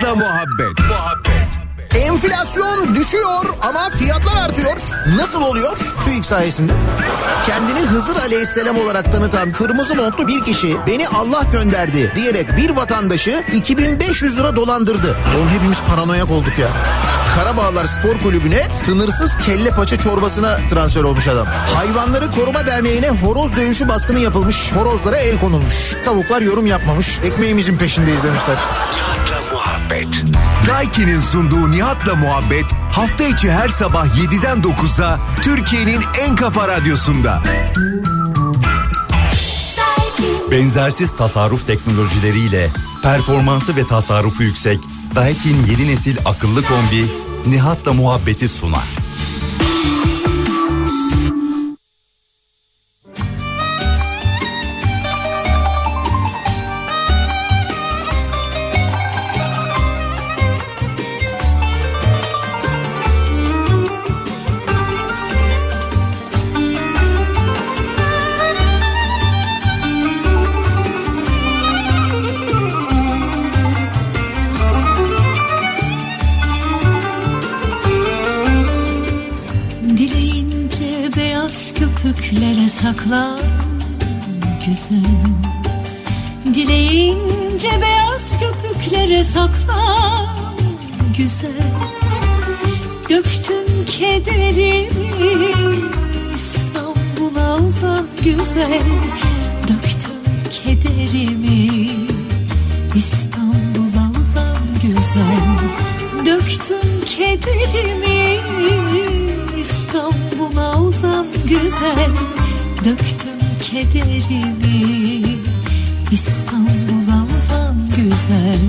Nihat'la muhabbet. Enflasyon düşüyor ama fiyatlar artıyor. Nasıl oluyor? TÜİK sayesinde. Kendini Hızır Aleyhisselam olarak tanıtan kırmızı montlu bir kişi beni Allah gönderdi diyerek bir vatandaşı 2500 lira dolandırdı. Oğlum hepimiz paranoyak olduk ya. Karabağlar Spor Kulübü'ne sınırsız kelle paça çorbasına transfer olmuş adam. Hayvanları Koruma Derneği'ne horoz dövüşü baskını yapılmış. Horozlara el konulmuş. Tavuklar yorum yapmamış. Ekmeğimizin peşindeyiz demişler. Nihat'la muhabbet. Daiki'nin sunduğu Nihat'la muhabbet hafta içi her sabah 7'den 9'a Türkiye'nin en kafa radyosunda. Benzersiz tasarruf teknolojileriyle performansı ve tasarrufu yüksek Daikin yeni nesil akıllı kombi Nihat'la muhabbeti sunar. Köpüklere saklan güzel. Dileyince beyaz köpüklere saklan güzel. Döktüm kederimi İstanbul'a uzan güzel. Döktüm kederimi İstanbul'a uzan güzel. Döktüm kederimi İstanbul'a uzan güzel. Döktüm kederimi İstanbul'a uzan güzel.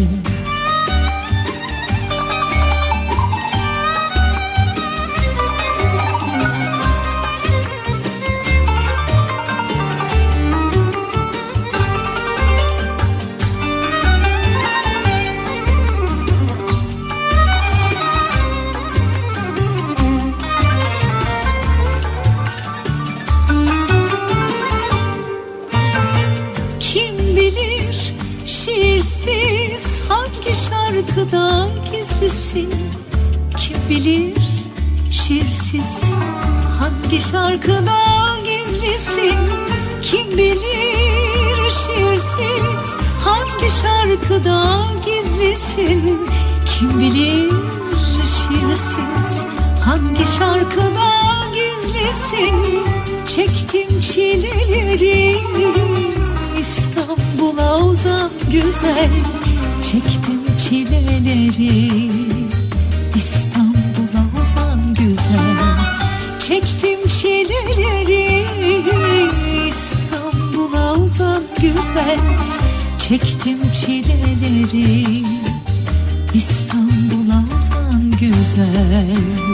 Şarkıda gizlisin, kim bilir şiirsiz. Hangi şarkıda gizlisin, kim bilir şiirsiz. Hangi şarkıda gizlisin, kim bilir şiirsiz. Hangi şarkıda gizlisin, çektim çileleri İstanbul'a uzan güzel. Çektim çileleri İstanbul'a uzan güzel. Çektim çileleri İstanbul'a uzan güzel. Çektim çileleri İstanbul'a uzan güzel.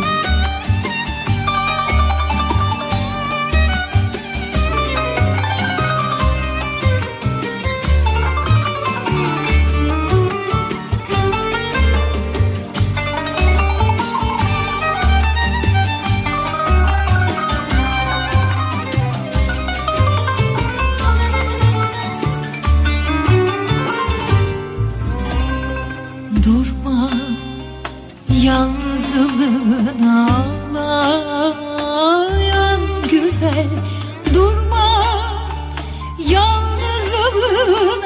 Ağlayan güzel durma, yalnızlığın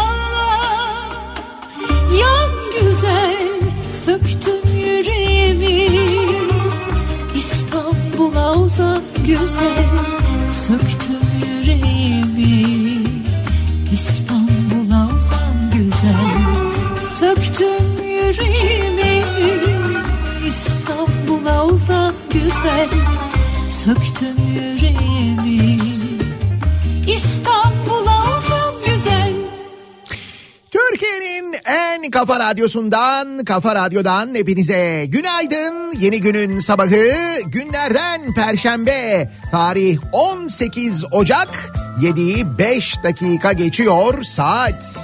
ağlayan güzel. Söktüm yüreğimi İstanbul'a uzan güzel. Söktüm yüreğimi İstanbul'a uzan güzel. Söktüm yüreğimi İstanbul'a uzan güzel. Söktüm yüreğimi İstanbul'a uzan güzel. Türkiye'nin en kafa radyosundan, Kafa Radyo'dan hepinize günaydın. Yeni günün sabahı, günlerden Perşembe, tarih 18 Ocak, 7'yi 5 dakika geçiyor saat.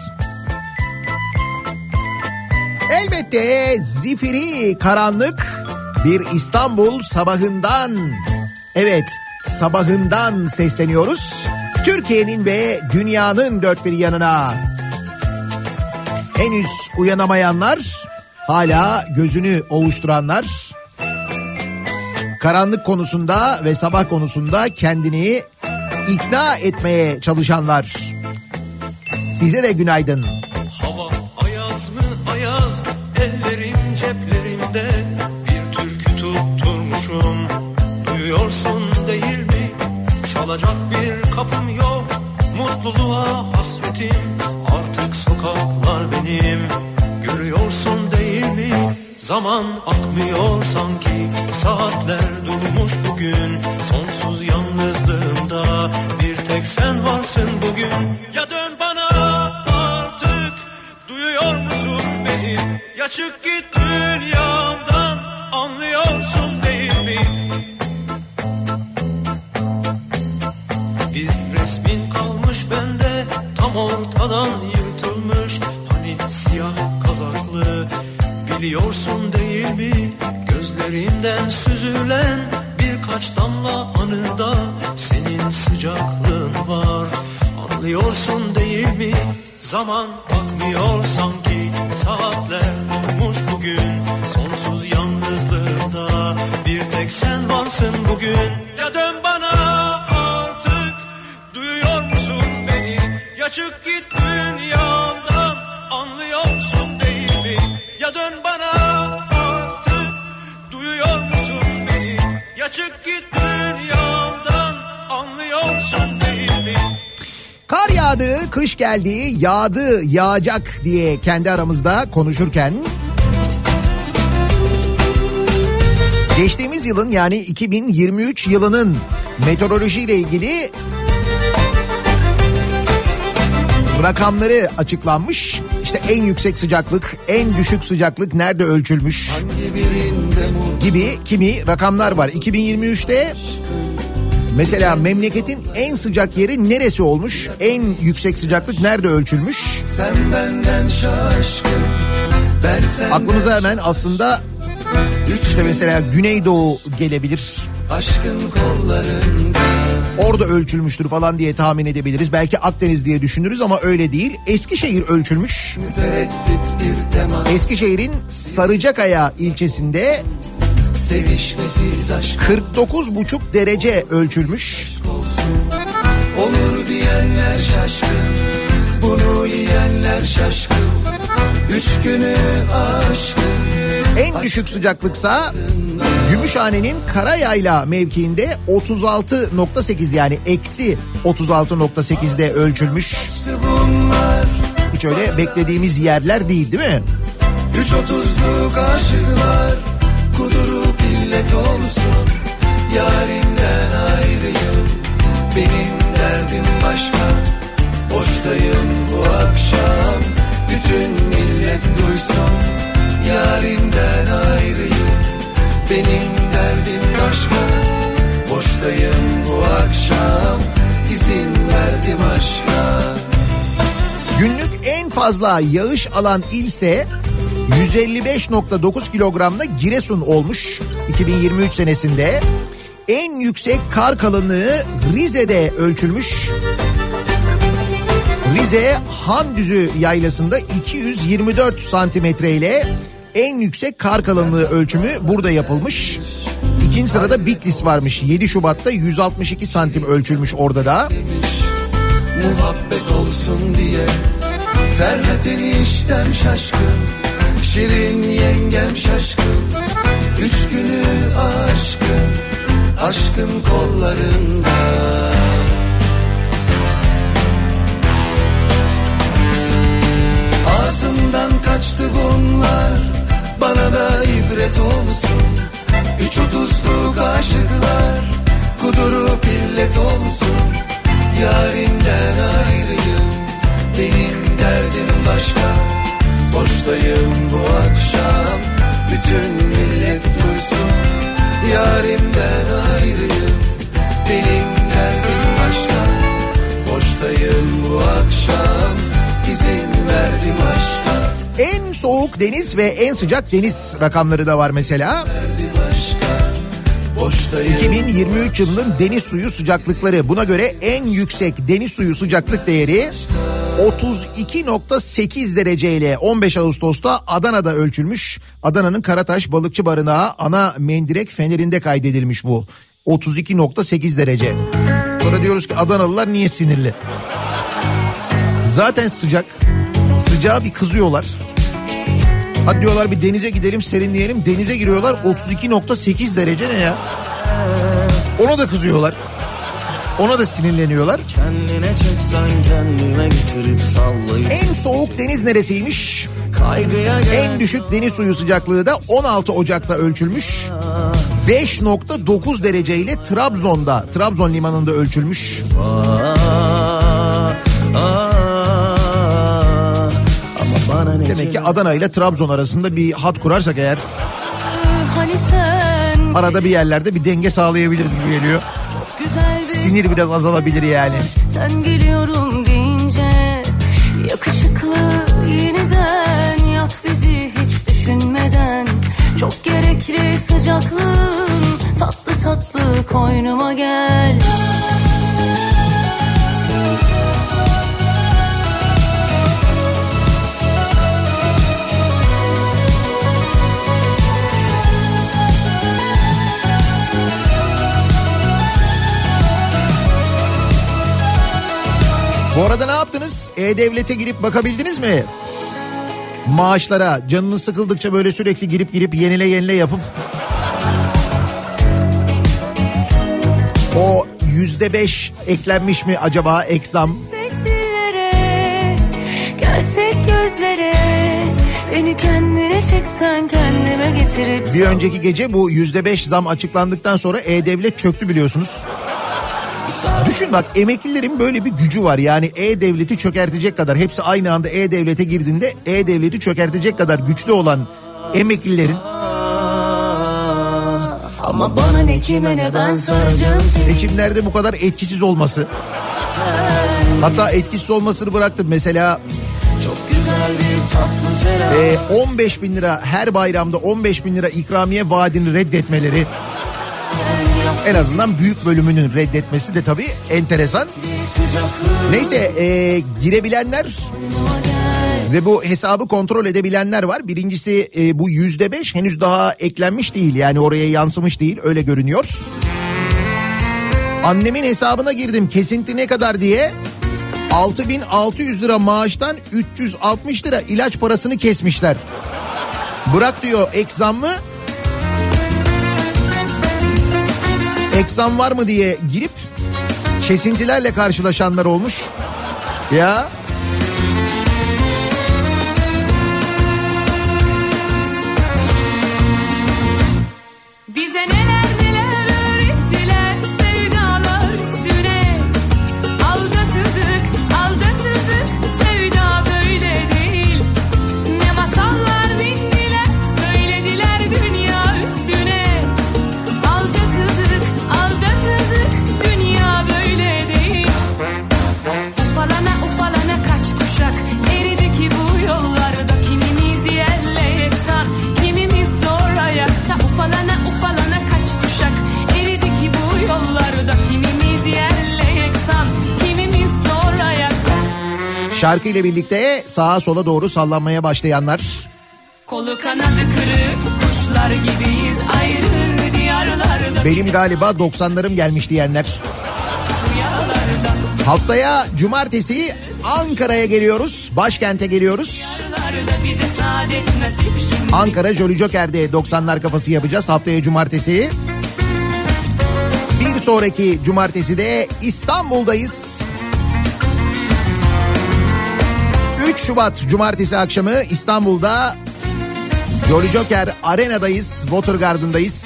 Elbette zifiri karanlık bir İstanbul sabahından, evet sabahından sesleniyoruz. Türkiye'nin ve dünyanın dört bir yanına. Henüz uyanamayanlar hala gözünü ovuşturanlar, karanlık konusunda ve sabah konusunda kendini ikna etmeye çalışanlar. Size de günaydın. Hava ayaz mı ayaz, ellerim ceplerimde, bir türkü tutturmuşum. Duyuyorsun değil mi? Çalacak bir kapım yok, mutluluğa hasretim. Artık sokaklar benim, görüyorsun değil mi? Zaman akmıyor sanki, saatler durmuş bugün. Sonsuz yalnızlığımda bir tek sen varsın bugün. Ya dön bana artık, duyuyor musun beni? Ya çık git dünyamdan, anlıyorsun değil mi? Bir resmin kalmış bende, tam ortadan yırtılmış. Hani siyah kazaklı, biliyorsun değil mi? Gözlerinden süzülen birkaç damla anıda senin sıcaklığın var. Anlıyorsun değil mi? Zaman akmıyor sanki, saatler durmuş bugün. Sonsuz yalnızlığımda bir tek sen varsın bugün. Ya dön bana artık, duyuyor musun beni? Ya çık git dünyamdan, anlıyorsun değil mi? Ya dön bana artık, duyuyor musun beni? Ya çık git dünyamdan, anlıyorsun değil mi? Kar yağdı, kış geldi, yağdı, yağacak diye kendi aramızda konuşurken geçtiğimiz yılın, yani 2023 yılının meteorolojiyle ilgili rakamları açıklanmış. İşte en yüksek sıcaklık, en düşük sıcaklık nerede ölçülmüş gibi kimi rakamlar var. 2023'te mesela memleketin en sıcak yeri neresi olmuş? En yüksek sıcaklık nerede ölçülmüş? Sen benden şaşkın, ben senden aklımıza hemen aslında işte mesela Güneydoğu gelebilir. Aşkın kollarında. Orada ölçülmüştür falan diye tahmin edebiliriz. Belki Akdeniz diye düşünürüz ama öyle değil. Eskişehir ölçülmüş. Eskişehir'in Sarıcakaya ilçesinde 49,5 derece ölçülmüş. Olur diyenler şaşkın, bunu yiyenler şaşkın. 3 günü aşkın. En düşük sıcaklıksa Gümüşhane'nin Karayayla mevkiinde 36,8, yani eksi 36,8'de ölçülmüş. Hiç öyle beklediğimiz yerler değil, değil mi? 3.30'luk aşıklar kudurup illet olsun. Yarimden ayrıyım, benim derdim başka. Boştayım bu akşam, bütün millet duysun. Yarimden ayrıyım, benim derdim başka. Boştayım bu akşam, izin verdim aşka. Günlük en fazla yağış alan ilse 155,9 kilogramla Giresun olmuş 2023 senesinde. En yüksek kar kalınlığı Rize'de ölçülmüş. Rize Handüzü yaylasında 224 santimetre ile en yüksek kar kalınlığı ölçümü burada yapılmış. İkinci sırada Bitlis varmış. 7 Şubat'ta 162 santim ölçülmüş orada da. Muhabbet olsun diye Ferhat eniştem şaşkın, Şirin yengem şaşkın. 3 günü aşkın, aşkın kollarında. Ağzımdan kaçtı bunlar, bana da ibret olsun. 3.30'luk aşıklar kudurup illet olsun. Yarimden ayrıyım, benim derdim başka. Boştayım bu akşam, bütün millet duysun. Yarimden ayrıyım, benim derdim başka. Boştayım bu akşam, izin verdim aşka. En soğuk deniz ve en sıcak deniz rakamları da var mesela. boştayım. 2023 yılının deniz suyu sıcaklıkları. Buna göre en yüksek deniz suyu sıcaklık değeri 32.8 dereceyle 15 Ağustos'ta Adana'da ölçülmüş. Adana'nın Karataş Balıkçı Barınağı ana mendirek fenerinde kaydedilmiş bu. 32.8 derece. Sonra diyoruz ki Adanalılar niye sinirli? Zaten sıcak. Sıcağa bir kızıyorlar. Hadi diyorlar bir denize gidelim serinleyelim. Denize giriyorlar 32.8 derece ne ya? Ona da kızıyorlar. Ona da sinirleniyorlar. Kendine çeksen kendime getirip sallayıp. En soğuk deniz neresiymiş? Kaygıya En düşük deniz suyu sıcaklığı da 16 Ocak'ta ölçülmüş. 5.9 dereceyle Trabzon'da, Trabzon limanında ölçülmüş. Demek ki Adana ile Trabzon arasında bir hat kurarsak eğer Hani sen arada bir yerlerde bir denge sağlayabiliriz gibi geliyor. Sinir biraz azalabilir yani. Sen geliyorum deyince yakışıklı yeniden yak bizi hiç düşünmeden. Çok gerekli sıcaklığın tatlı tatlı koynuma gel. Bu arada ne yaptınız? E-Devlet'e girip bakabildiniz mi? Maaşlara canınız sıkıldıkça böyle sürekli girip yenile yapıp o %5 eklenmiş mi acaba ek zam? Gelsek gözlere beni kendine çeksen kendime getirip. Bir önceki gece bu %5 zam açıklandıktan sonra E-Devlet çöktü biliyorsunuz. Düşün bak emeklilerin böyle bir gücü var yani E-Devlet'i çökertecek kadar hepsi aynı anda E-Devlet'e girdiğinde E-Devlet'i çökertecek kadar güçlü olan emeklilerin ama bana ne kime ne ben saracağım seni. Seçimlerde bu kadar etkisiz olması, hatta etkisiz olmasını bıraktım mesela çok güzel bir tatlı 15 bin lira her bayramda 15 bin lira ikramiye vaadini reddetmeleri. En azından büyük bölümünün reddetmesi de tabii enteresan. Neyse girebilenler ve bu hesabı kontrol edebilenler var. Birincisi bu %5 henüz daha eklenmiş değil yani oraya yansımış değil öyle görünüyor. Annemin hesabına girdim kesinti ne kadar diye 6.600 lira maaştan 360 lira ilaç parasını kesmişler. Bırak diyor ek zammı. Ekzam var mı diye girip kesintilerle karşılaşanlar olmuş. Ya. Bize neler neler öğrettiler sevdalar üstüne. Aldatıldık sevda böyle değil. Ne masallar bindiler söylediler dünya üstüne. Aldatıldık dünya böyle değil. Ufalana kaç kuşak eridi ki bu yollarda. Kimimiz yerle yeksan kimimiz zor ayakta. Ufalana kaç kuşak eridi ki bu yollarda. Kimimiz yerle yeksan kimimiz zor ayakta. Şarkı ile birlikte sağa sola doğru sallanmaya başlayanlar. Kolu kanadı kırık kuşlar gibiyiz ayrı diyarlarda. Benim galiba 90'larım gelmiş diyenler. Haftaya cumartesi Ankara'ya geliyoruz. Başkente geliyoruz. Ankara Jolly Joker'de 90'lar kafası yapacağız haftaya cumartesi. Bir sonraki cumartesi de İstanbul'dayız. 3 Şubat cumartesi akşamı İstanbul'da Jolly Joker Arena'dayız. Watergarden'dayız.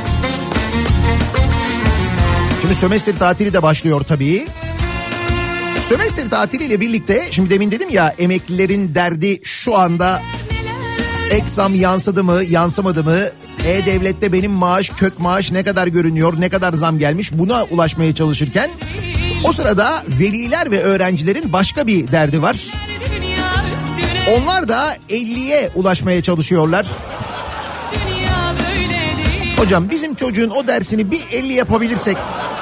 Şimdi sömestr tatili de başlıyor tabii. Sömestr tatiliyle birlikte şimdi demin dedim ya emeklilerin derdi şu anda ek zam yansıdı mı yansımadı mı? E-Devlet'te benim maaş kök maaş ne kadar görünüyor ne kadar zam gelmiş buna ulaşmaya çalışırken o sırada veliler ve öğrencilerin başka bir derdi var. Onlar da 50'ye ulaşmaya çalışıyorlar. O Hocam bizim çocuğun o dersini bir 50 yapabilirsek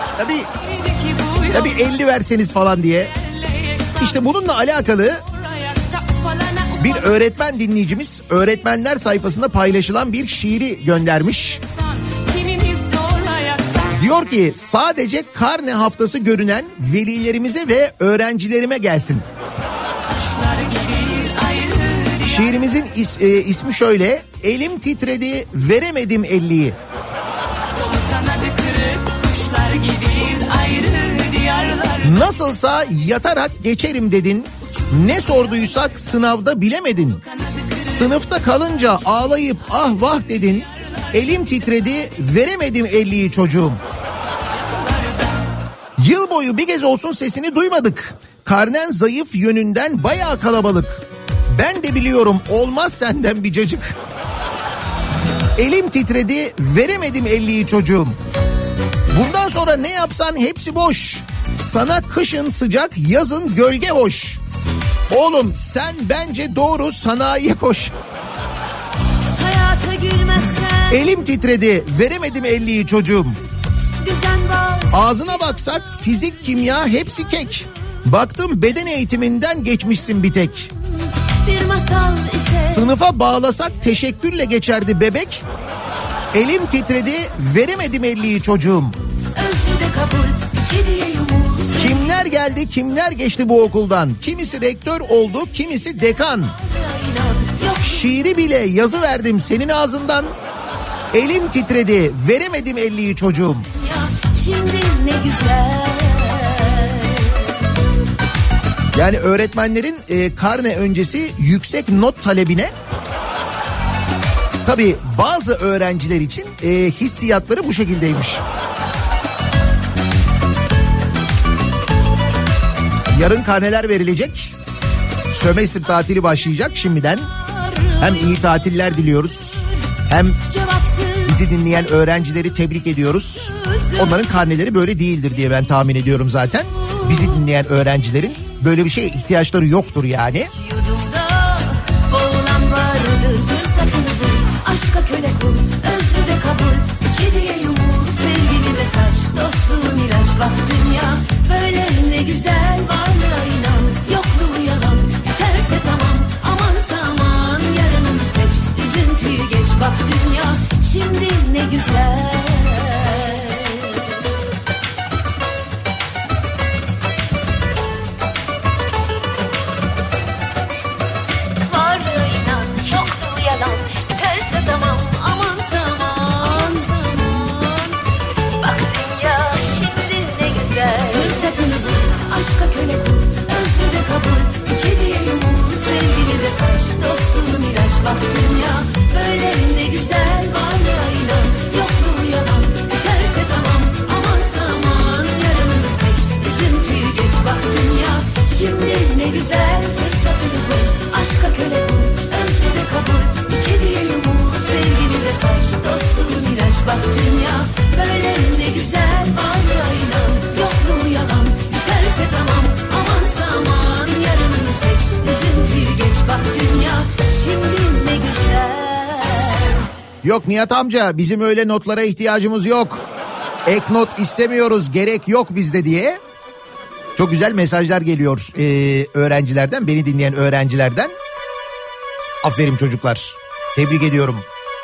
tabii 50 verseniz falan diye. İşte bununla alakalı bir öğretmen dinleyicimiz öğretmenler sayfasında paylaşılan bir şiiri göndermiş. Diyor ki sadece karne haftası görünen velilerimize ve öğrencilerime gelsin. Şiirimizin ismi şöyle: elim titredi veremedim 50'yi. Nasılsa yatarak geçerim dedin. Ne sorduysak sınavda bilemedin. Sınıfta kalınca ağlayıp ah vah dedin. Elim titredi veremedim 50'yi çocuğum. Yıl boyu bir kez olsun sesini duymadık. Karnen zayıf yönünden bayağı kalabalık. Ben de biliyorum olmaz senden bir cacık. Elim titredi veremedim 50'yi çocuğum. Bundan sonra ne yapsan hepsi boş. Sana kışın sıcak, yazın gölge hoş. Oğlum sen bence doğru sanayiye koş. Hayata gülmezsen. Elim titredi veremedim 50'yi çocuğum. Ağzına baksak fizik, kimya hepsi kek. Baktım beden eğitiminden geçmişsin bir tek. Bir masal ise. Sınıfa bağlasak teşekkürle geçerdi bebek. Elim titredi veremedim 50'yi çocuğum. Kimler geldi kimler geçti bu okuldan. Kimisi rektör oldu kimisi dekan. Şiiri bile yazı verdim senin ağzından. Elim titredi veremedim 50'yi çocuğum. Şimdi ne güzel. Yani öğretmenlerin karne öncesi yüksek not talebine tabii bazı öğrenciler için hissiyatları bu şekildeymiş. Yarın karneler verilecek. Sömestr tatili başlayacak şimdiden. Hem iyi tatiller diliyoruz. Hem bizi dinleyen öğrencileri tebrik ediyoruz. Onların karneleri böyle değildir diye ben tahmin ediyorum zaten. Bizi dinleyen öğrencilerin böyle bir şeye ihtiyaçları yoktur yani. Aşka köle kul, özrü de kabul. Kediye yumur, sevgili de saç. Dostluğun ilaç, bak dünya böyle ne güzel. Varlığa inan, yokluğu yalan. Terse tamam, amansa aman. Yarınını seç, üzüntüyü geç. Bak dünya şimdi ne güzel. Aşka köle kul, özrü de kabul. Kediye yumur, sevgili de saç. Dostluğun ilaç, bak dünya böyle ne güzel. Varlığa inan, yokluğu yalan. Terse tamam, amansa aman. Yarınını seç, üzüntüyü geç. Bak dünya şimdi ne güzel. Fırsatını bul, aşka köle kul, özrü de kabul. Kediye yumur, sevgili de saç. Dostluğun ilaç, bak dünya böyle ne güzel. Varlığa inan, yokluğu yalan. Terse tamam, amansa aman. Yarınını seç, üzüntüyü geç. Bak dünya şimdi ne güzel. Yok Nihat amca, bizim öyle notlara ihtiyacımız yok. Ek not istemiyoruz, gerek yok bizde diye. Çok güzel mesajlar geliyor öğrencilerden, beni dinleyen öğrencilerden. Aferin çocuklar, tebrik ediyorum.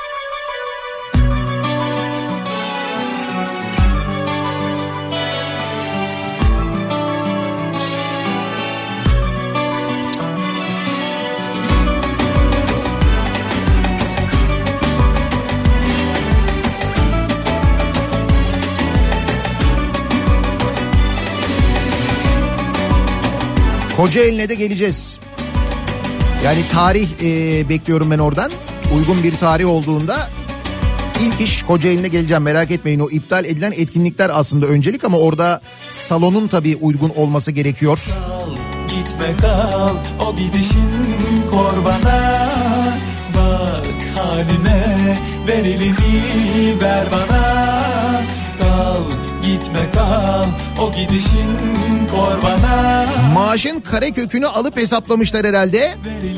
Kocaeli'ne de geleceğiz. Yani tarih bekliyorum ben oradan. Uygun bir tarih olduğunda ilk iş Kocaeli'ne geleceğim, merak etmeyin. O iptal edilen etkinlikler aslında öncelik ama orada salonun tabii uygun olması gerekiyor. Kal, gitme kal, o gidişin korbana. Bak haline, ver elini ver bana. Kal, gitme kal, o gidişin korbana. Maaşın karekökünü alıp hesaplamışlar herhalde.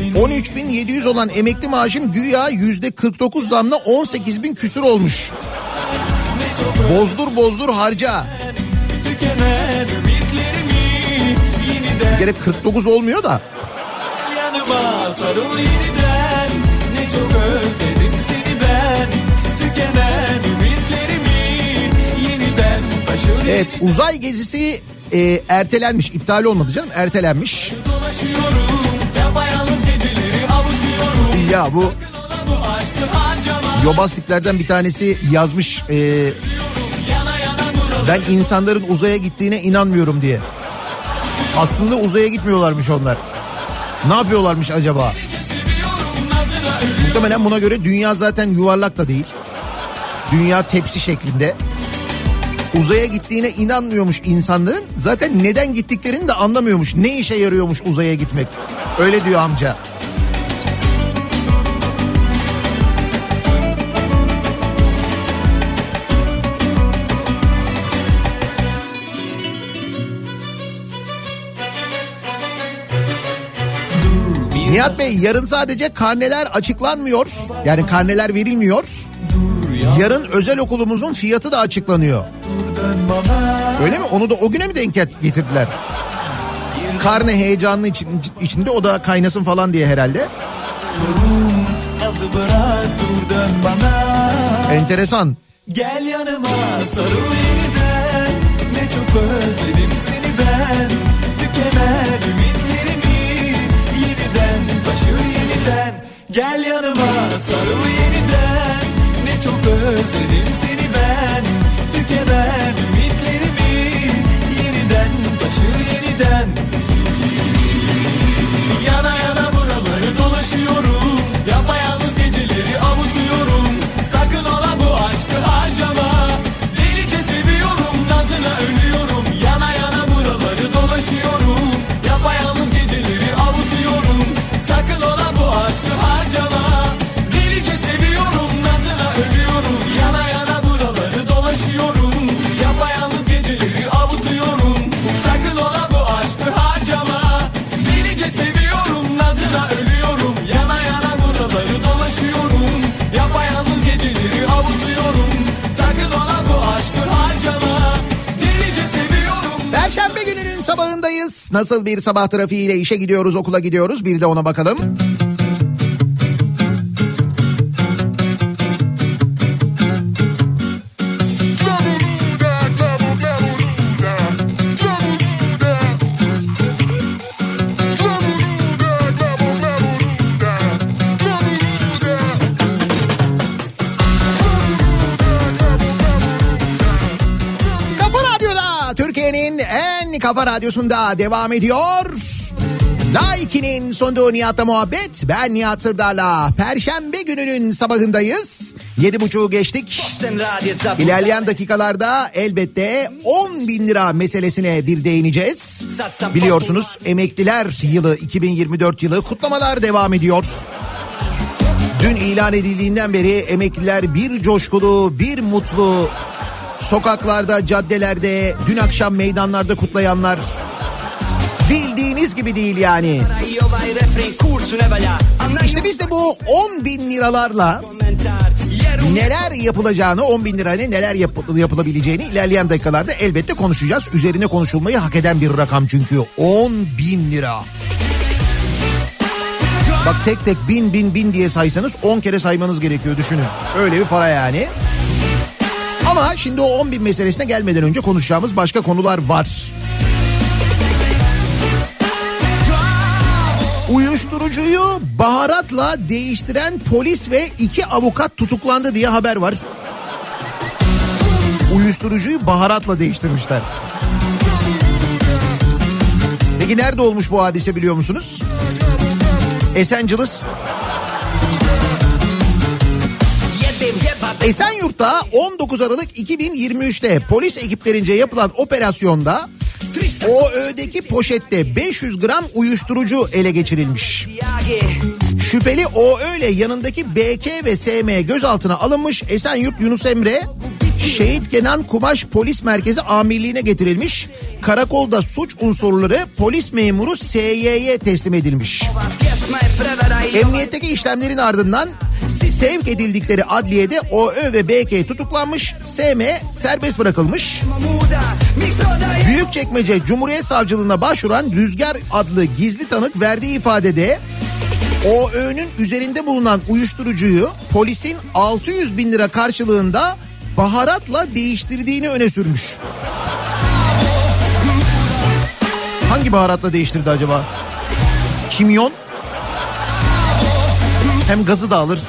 13.700 olan emekli maaşım güya %49 zamla 18.000 küsür olmuş. Bozdur harca. Tükenen ümitlerimi yeniden. Gerek 49 olmuyor da. Yanıma sarıl yeniden. Ne çok özledim seni ben. Tükenen ümitlerimi yeniden taşır. Evet, uzay gezisi ertelenmiş. İptal olmadı canım, ertelenmiş. Dolaşıyorum yapayalnız geceleri avutuyorum. Ya bu yobaz tiplerden bir tanesi yazmış. Ben insanların uzaya gittiğine inanmıyorum diye. Aslında uzaya gitmiyorlarmış onlar. Ne yapıyorlarmış acaba? Muhtemelen buna göre dünya zaten yuvarlak da değil. Dünya tepsi şeklinde. Uzaya gittiğine inanmıyormuş insanların. Zaten neden gittiklerini de anlamıyormuş. Ne işe yarıyormuş uzaya gitmek? Öyle diyor amca. Nihat Bey, yarın sadece karneler açıklanmıyor. Yani karneler verilmiyor. Yarın özel okulumuzun fiyatı da açıklanıyor. Öyle mi? Onu da o güne mi denk getirdiler? Karne heyecanlı içinde o da kaynasın falan diye herhalde. Enteresan. Gel yanıma sarıl yeniden. Ne çok özledim seni ben. Tükenen ümitlerimi yeniden taşır yeniden. Gel yanıma sarıl yeniden. Ne çok özledim seni ben. Tükenen ümitlerimi yeniden taşır yeniden. Yana yana buraları dolaşıyorum. Yapayalnız geceleri avutuyorum. Sakın ola bu aşkı harcama. Delice seviyorum, nazına ölüyorum. Yana yana buraları dolaşıyorum. Yapayalnız geceleri avutuyorum. Sakın ola bu aşkı harcama. Delice seviyorum, nazına ölüyorum. Yana yana buraları dolaşıyorum. Yapayalnız geceleri avutuyorum. Sakın ola bu aşkı harcama. Delice seviyorum, nazına ölüyorum. Yana yana buraları dolaşıyorum. Yapayalnız geceleri avutuyorum. Sakın ola bu aşkı harcama. Delice seviyorum. Perşembe gününün sabahındayız. Nasıl bir sabah trafiğiyle işe gidiyoruz, okula gidiyoruz? Bir de ona bakalım. Kafa Radyosu'nda devam ediyor. Daiki'nin sunduğu Nihat'la muhabbet. Ben Nihat Sırdar'la. Perşembe gününün sabahındayız. 7.30'u geçtik. İlerleyen dakikalarda elbette 10.000 lira meselesine bir değineceğiz. Biliyorsunuz emekliler yılı 2024 yılı kutlamalar devam ediyor. Dün ilan edildiğinden beri emekliler bir coşkulu, bir mutlu. Sokaklarda, caddelerde, dün akşam meydanlarda kutlayanlar. Bildiğiniz gibi değil yani. İşte biz de bu 10.000 liralarla neler yapılacağını, 10.000 lirayla neler yapılabileceğini ilerleyen dakikalarda elbette konuşacağız. Üzerine konuşulmayı hak eden bir rakam çünkü 10.000 lira. Bak tek tek bin diye saysanız 10 kere saymanız gerekiyor, düşünün. Öyle bir para yani. Ama şimdi o 10.000 meselesine gelmeden önce konuşacağımız başka konular var. Uyuşturucuyu baharatla değiştiren polis ve 2 avukat tutuklandı diye haber var. Uyuşturucuyu baharatla değiştirmişler. Peki nerede olmuş bu hadise biliyor musunuz? Esenciles. Esenyurt'ta 19 Aralık 2023'te polis ekiplerince yapılan operasyonda OÖ'deki poşette 500 gram uyuşturucu ele geçirilmiş. Şüpheli OÖ ile yanındaki BK ve SM gözaltına alınmış. Esenyurt Yunus Emre Şehit Kenan Kumaş Polis Merkezi Amirliği'ne getirilmiş. Karakolda suç unsurları polis memuru SY'ye teslim edilmiş. Emniyetteki işlemlerin ardından sevk edildikleri adliyede OÖ ve BK tutuklanmış, SM serbest bırakılmış. Büyükçekmece Cumhuriyet Savcılığına başvuran Rüzgar adlı gizli tanık verdiği ifadede OÖ'nün üzerinde bulunan uyuşturucuyu polisin 600 bin lira karşılığında baharatla değiştirdiğini öne sürmüş. Hangi baharatla değiştirdi acaba? Kimyon? Hem gazı da alır.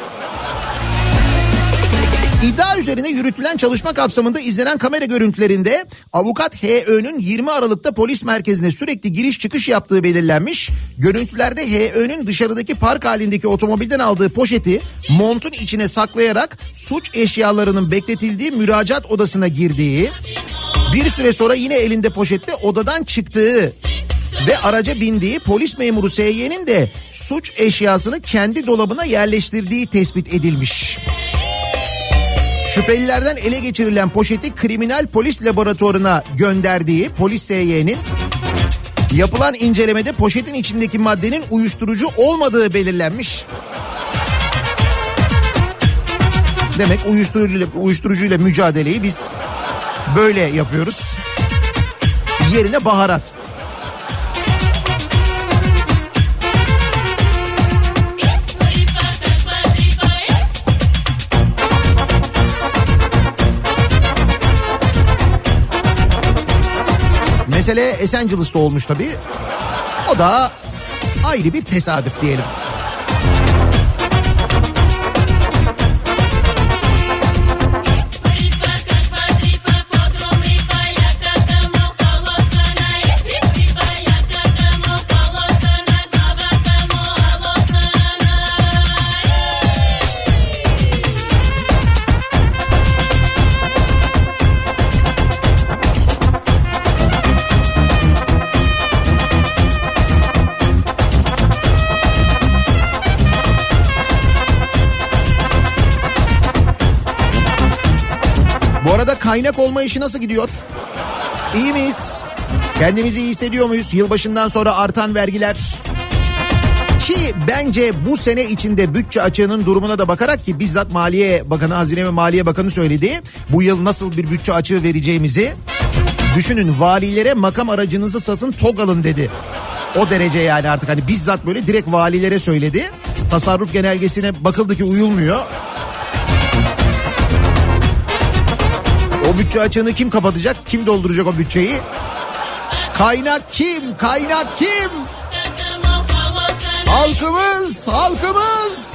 İddia üzerine yürütülen çalışma kapsamında izlenen kamera görüntülerinde avukat HÖ'nün 20 Aralık'ta polis merkezine sürekli giriş çıkış yaptığı belirlenmiş. Görüntülerde HÖ'nün dışarıdaki park halindeki otomobilden aldığı poşeti montun içine saklayarak suç eşyalarının bekletildiği müracaat odasına girdiği, bir süre sonra yine elinde poşetle odadan çıktığı ve araca bindiği, polis memuru SY'nin de suç eşyasını kendi dolabına yerleştirdiği tespit edilmiş. Şüphelilerden ele geçirilen poşeti kriminal polis laboratuvarına gönderdiği polis SY'nin yapılan incelemede poşetin içindeki maddenin uyuşturucu olmadığı belirlenmiş. Demek uyuşturucuyla mücadeleyi biz böyle yapıyoruz. Yerine baharat. Mesele Esencilis'te olmuş tabii. O da ayrı bir tesadüf diyelim. Bu arada kaynak olma işi nasıl gidiyor? İyi miyiz? Kendimizi iyi hissediyor muyuz? Yılbaşından sonra artan vergiler. Ki bence bu sene içinde bütçe açığının durumuna da bakarak, ki bizzat Maliye Bakanı, Hazine ve Maliye Bakanı söyledi. Bu yıl nasıl bir bütçe açığı vereceğimizi düşünün. Valilere makam aracınızı satın, TOG alın dedi. O derece yani, artık hani bizzat böyle direkt valilere söyledi. Tasarruf genelgesine bakıldı ki uyulmuyor. O bütçe açığını kim kapatacak? Kim dolduracak o bütçeyi? Kaynak kim? Kaynak kim? Halkımız, halkımız.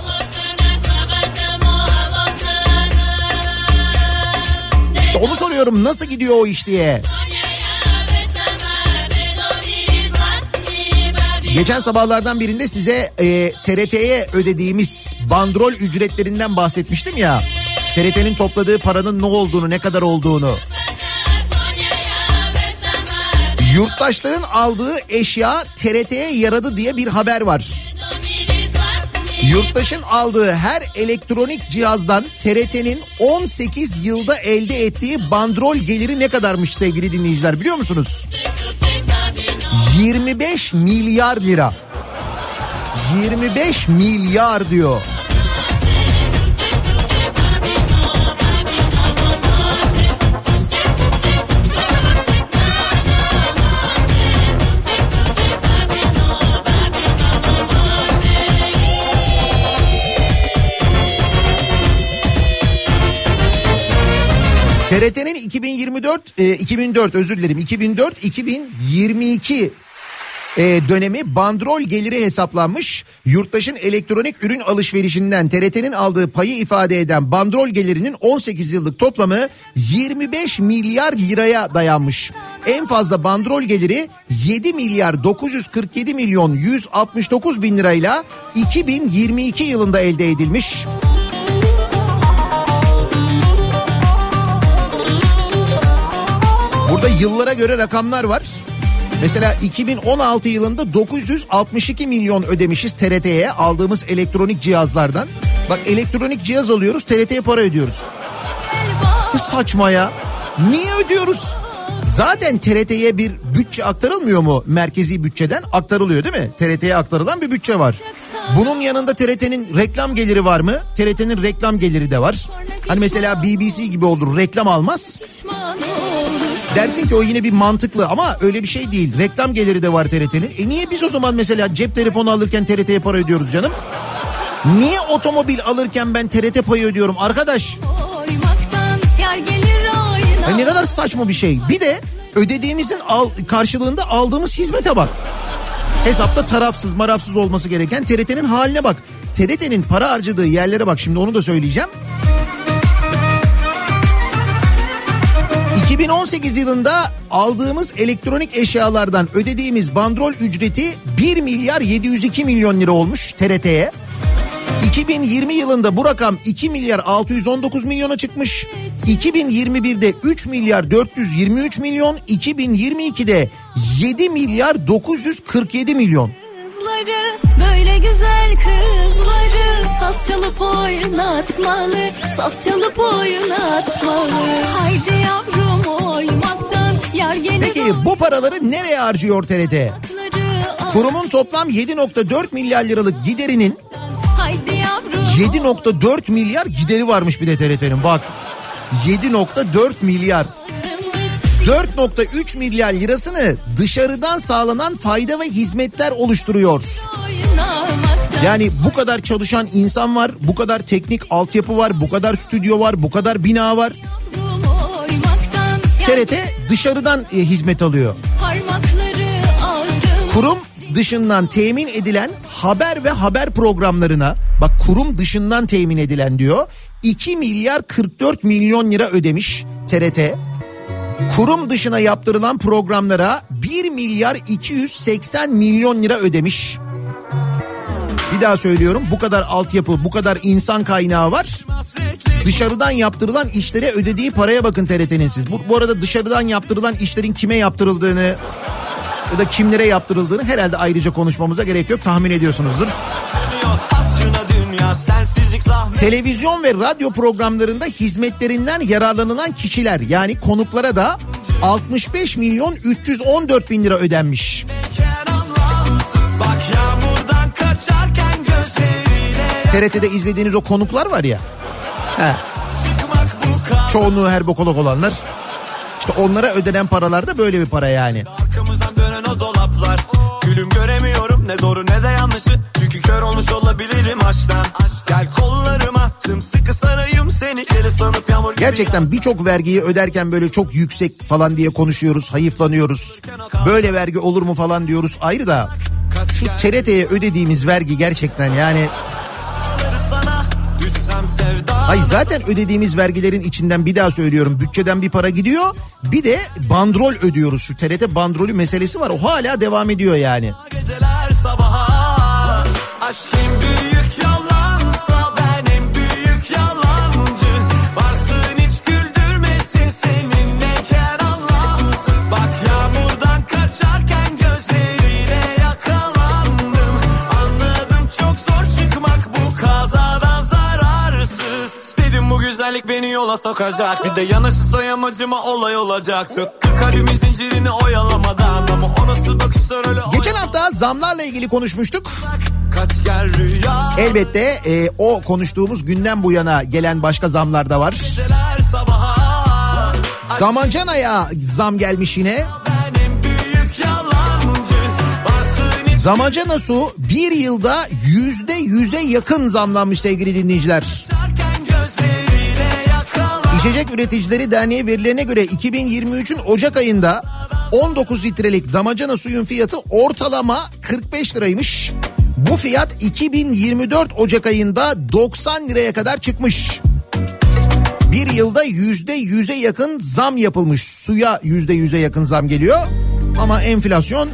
İşte onu soruyorum, nasıl gidiyor o iş diye. Geçen sabahlardan birinde size TRT'ye ödediğimiz bandrol ücretlerinden bahsetmiştim ya. TRT'nin topladığı paranın ne olduğunu, ne kadar olduğunu. Yurttaşların aldığı eşya TRT'ye yaradı diye bir haber var. Yurttaşın aldığı her elektronik cihazdan TRT'nin 18 yılda elde ettiği bandrol geliri ne kadarmış sevgili dinleyiciler, biliyor musunuz? 25 milyar lira. 25 milyar diyor. TRT'nin 2004-2022 dönemi bandrol geliri hesaplanmış. Yurttaşın elektronik ürün alışverişinden TRT'nin aldığı payı ifade eden bandrol gelirinin 18 yıllık toplamı 25 milyar liraya dayanmış. En fazla bandrol geliri 7 milyar 947 milyon 169 bin lirayla 2022 yılında elde edilmiş. Burada yıllara göre rakamlar var. Mesela 2016 yılında 962 milyon ödemişiz TRT'ye aldığımız elektronik cihazlardan. Bak, elektronik cihaz alıyoruz, TRT'ye para ödüyoruz. Saçma ya. Niye ödüyoruz? Zaten TRT'ye bir bütçe aktarılmıyor mu? Merkezi bütçeden aktarılıyor değil mi? TRT'ye aktarılan bir bütçe var. Bunun yanında TRT'nin reklam geliri var mı? TRT'nin reklam geliri de var. Hani mesela BBC gibi olur, reklam almaz. Dersin ki o yine bir mantıklı ama öyle bir şey değil. Reklam geliri de var TRT'nin. Niye biz o zaman mesela cep telefonu alırken TRT'ye para ödüyoruz canım? Niye otomobil alırken ben TRT payı ödüyorum arkadaş? Yani ne kadar saçma bir şey. Bir de ödediğimizin karşılığında aldığımız hizmete bak. Hesapta tarafsız marafsız olması gereken TRT'nin haline bak. TRT'nin para harcadığı yerlere bak, şimdi onu da söyleyeceğim. 2018 yılında aldığımız elektronik eşyalardan ödediğimiz bandrol ücreti 1 milyar 702 milyon lira olmuş TRT'ye. 2020 yılında bu rakam 2 milyar 619 milyona çıkmış. 2021'de 3 milyar 423 milyon. 2022'de 7 milyar 947 milyon. Kızları, böyle güzel kızları saz çalıp oynatmalı, saz çalıp oynatmalı. Haydi yavrum oymaktan yar gelir. Peki bu paraları nereye harcıyor TRT? Kurumun toplam 7.4 milyar liralık giderinin 7.4 milyar gideri varmış bir de TRT'nin, bak. 7.4 milyar. 4.3 milyar lirasını dışarıdan sağlanan fayda ve hizmetler oluşturuyor. Yani bu kadar çalışan insan var, bu kadar teknik altyapı var, bu kadar stüdyo var, bu kadar bina var. TRT dışarıdan hizmet alıyor. Kurum dışından temin edilen haber ve haber programlarına, bak kurum dışından temin edilen diyor, 2 milyar 44 milyon lira ödemiş TRT. Kurum dışına yaptırılan programlara 1 milyar 280 milyon lira ödemiş. Bir daha söylüyorum, bu kadar altyapı, bu kadar insan kaynağı var. Dışarıdan yaptırılan işlere ödediği paraya bakın TRT'nin siz. Bu arada dışarıdan yaptırılan işlerin kime yaptırıldığını ya da kimlere yaptırıldığını herhalde ayrıca konuşmamıza gerek yok, tahmin ediyorsunuzdur. Televizyon ve radyo programlarında hizmetlerinden yararlanılan kişiler, yani konuklara da 65 milyon 314 bin lira ödenmiş. TRT'de izlediğiniz o konuklar var ya. Çoğunluğu herbokolog olanlar. İşte onlara ödenen paralar da böyle bir para yani. Arkamızdan dönen o dolaplar. Gülüm göremiyorum ne doğru ne de yanlışı. Çünkü kör olmuş olabilirim aşktan. Gel kollarıma sımsıkı sarayım seni. Eli sanıp yağmur gibi. Gerçekten birçok vergiyi öderken böyle çok yüksek falan diye konuşuyoruz, hayıflanıyoruz. Böyle vergi olur mu falan diyoruz ayrı da. Şu TRT'ye ödediğimiz vergi gerçekten yani... Hayır, zaten ödediğimiz vergilerin içinden, bir daha söylüyorum, bütçeden bir para gidiyor. Bir de bandrol ödüyoruz. Şu TRT bandrolü meselesi var. O hala devam ediyor yani. Geceler sabaha, aşk en büyük yalansa ben en büyük yalancı. Varsın hiç güldürmesin seninle ker anlamsız. Bak yağmurdan kaçarken gözlerine yakalandım. Anladım çok zor çıkmak bu kazadan zararsız. Dedim bu güzellik beni yola sokacak. Bir de yanaşırsa yamacıma olay olacak. Söktü kalbimin zincirini oyalamadan. Ama o nasıl bakışlar öyle. Geçen hafta zamlarla ilgili konuşmuştuk. Elbette o konuştuğumuz günden bu yana gelen başka zamlar da var. Damacanaya zam gelmiş yine. Damacana su bir yılda %100'e yakın zamlanmış sevgili dinleyiciler. İçecek Üreticileri Derneği verilerine göre 2023'ün Ocak ayında 19 litrelik damacana suyun fiyatı ortalama 45 liraymış. Bu fiyat 2024 Ocak ayında 90 liraya kadar çıkmış. Bir yılda %100'e yakın zam yapılmış. Suya %100'e yakın zam geliyor. Ama enflasyon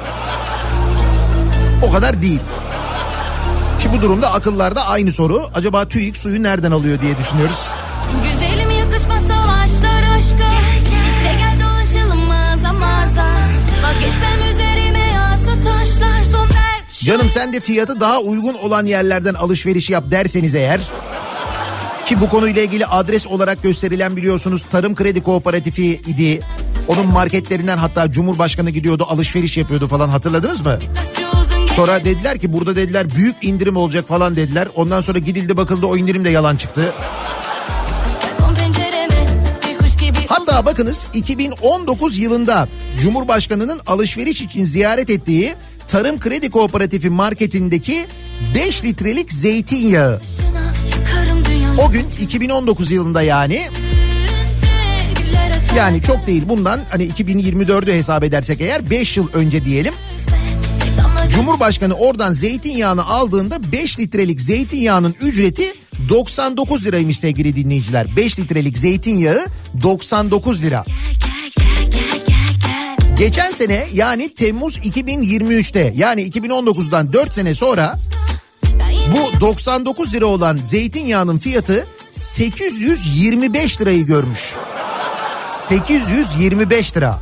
o kadar değil. Ki bu durumda akıllarda aynı soru. Acaba TÜİK suyu nereden alıyor diye düşünüyoruz. Güzelim yakışma savaşlar aşka. İste gel dolaşalım mağaza mağaza. Vazgeçmem üzerime yağsa taşlar son ver. Canım sen de fiyatı daha uygun olan yerlerden alışveriş yap derseniz eğer. Ki bu konuyla ilgili adres olarak gösterilen biliyorsunuz Tarım Kredi Kooperatifi idi. Onun marketlerinden hatta Cumhurbaşkanı gidiyordu, alışveriş yapıyordu falan, hatırladınız mı? Sonra dediler ki burada dediler büyük indirim olacak falan dediler. Ondan sonra gidildi bakıldı, o indirim de yalan çıktı. Hatta bakınız 2019 yılında Cumhurbaşkanı'nın alışveriş için ziyaret ettiği Tarım Kredi Kooperatifi marketindeki 5 litrelik zeytinyağı. O gün 2019 yılında yani çok değil, bundan hani 2024'ü hesap edersek eğer 5 yıl önce diyelim. Cumhurbaşkanı oradan zeytinyağını aldığında 5 litrelik zeytinyağının ücreti 99 liraymış sevgili dinleyiciler. 5 litrelik zeytinyağı 99 lira. Geçen sene yani Temmuz 2023'te yani 2019'dan 4 sene sonra bu 99 lira olan zeytinyağının fiyatı 825 lirayı görmüş. 825 lira.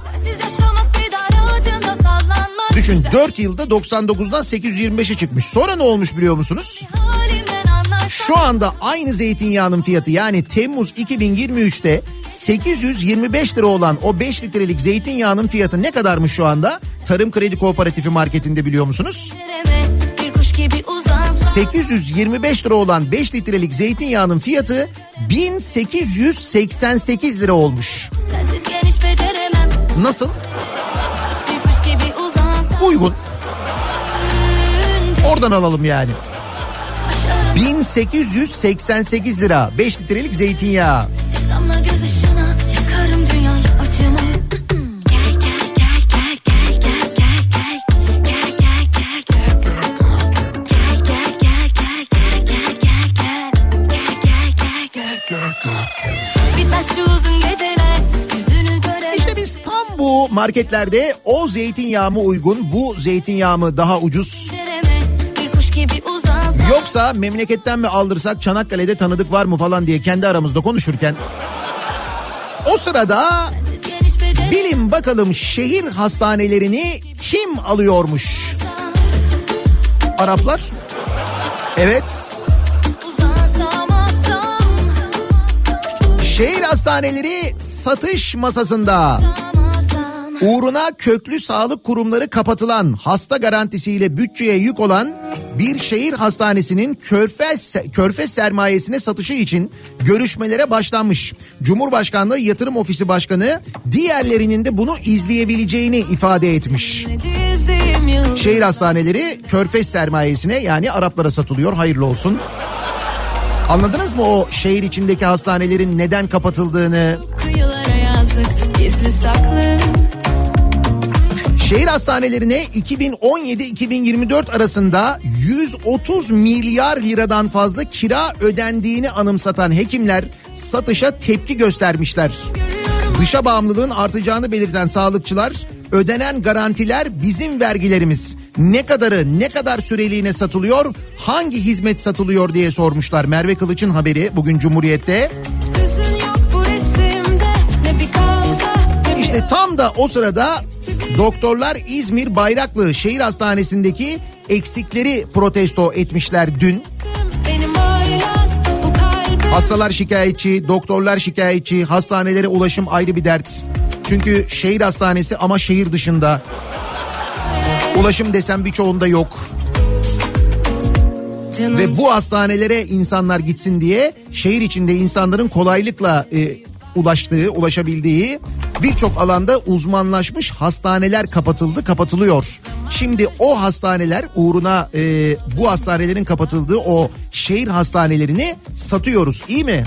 Düşün 4 yılda 99'dan 825'e çıkmış. Sonra ne olmuş biliyor musunuz? Şu anda aynı zeytinyağının fiyatı yani Temmuz 2023'te 825 lira olan o 5 litrelik zeytinyağının fiyatı ne kadarmış şu anda? Tarım Kredi Kooperatifi marketinde biliyor musunuz? 825 lira olan 5 litrelik zeytinyağının fiyatı 1888 lira olmuş. Nasıl? Uygun. Oradan alalım yani. 1888 lira 5 litrelik zeytinyağı. İşte biz tam bu marketlerde o zeytinyağı mı uygun, bu zeytinyağı mı daha ucuz? Yoksa memleketten mi aldırsak, Çanakkale'de tanıdık var mı falan diye kendi aramızda konuşurken o sırada bilin bakalım şehir hastanelerini kim alıyormuş? Araplar. Evet. Şehir hastaneleri satış masasında. Uğruna köklü sağlık kurumları kapatılan, hasta garantisiyle bütçeye yük olan bir şehir hastanesinin körfez sermayesine satışı için görüşmelere başlanmış. Cumhurbaşkanlığı Yatırım Ofisi Başkanı diğerlerinin de bunu izleyebileceğini ifade etmiş. Şehir hastaneleri körfez sermayesine yani Araplara satılıyor, hayırlı olsun. Anladınız mı o şehir içindeki hastanelerin neden kapatıldığını? Kıyılara yazdık, gizli saklı. Şehir hastanelerine 2017-2024 arasında 130 milyar liradan fazla kira ödendiğini anımsatan hekimler satışa tepki göstermişler. Dışa bağımlılığın artacağını belirten sağlıkçılar, ödenen garantiler bizim vergilerimiz. Ne kadarı, ne kadar süreliğine satılıyor, hangi hizmet satılıyor diye sormuşlar. Merve Kılıç'ın haberi bugün Cumhuriyet'te. İşte tam da o sırada doktorlar İzmir Bayraklı Şehir Hastanesi'ndeki eksikleri protesto etmişler dün. Hastalar şikayetçi, doktorlar şikayetçi, hastanelere ulaşım ayrı bir dert. Çünkü şehir hastanesi ama şehir dışında. Ulaşım desem birçoğunda yok. Canım. Ve bu hastanelere insanlar gitsin diye şehir içinde insanların kolaylıkla ulaşabildiği birçok alanda uzmanlaşmış hastaneler kapatılıyor. Şimdi o hastaneler uğruna bu hastanelerin kapatıldığı o şehir hastanelerini satıyoruz, iyi mi?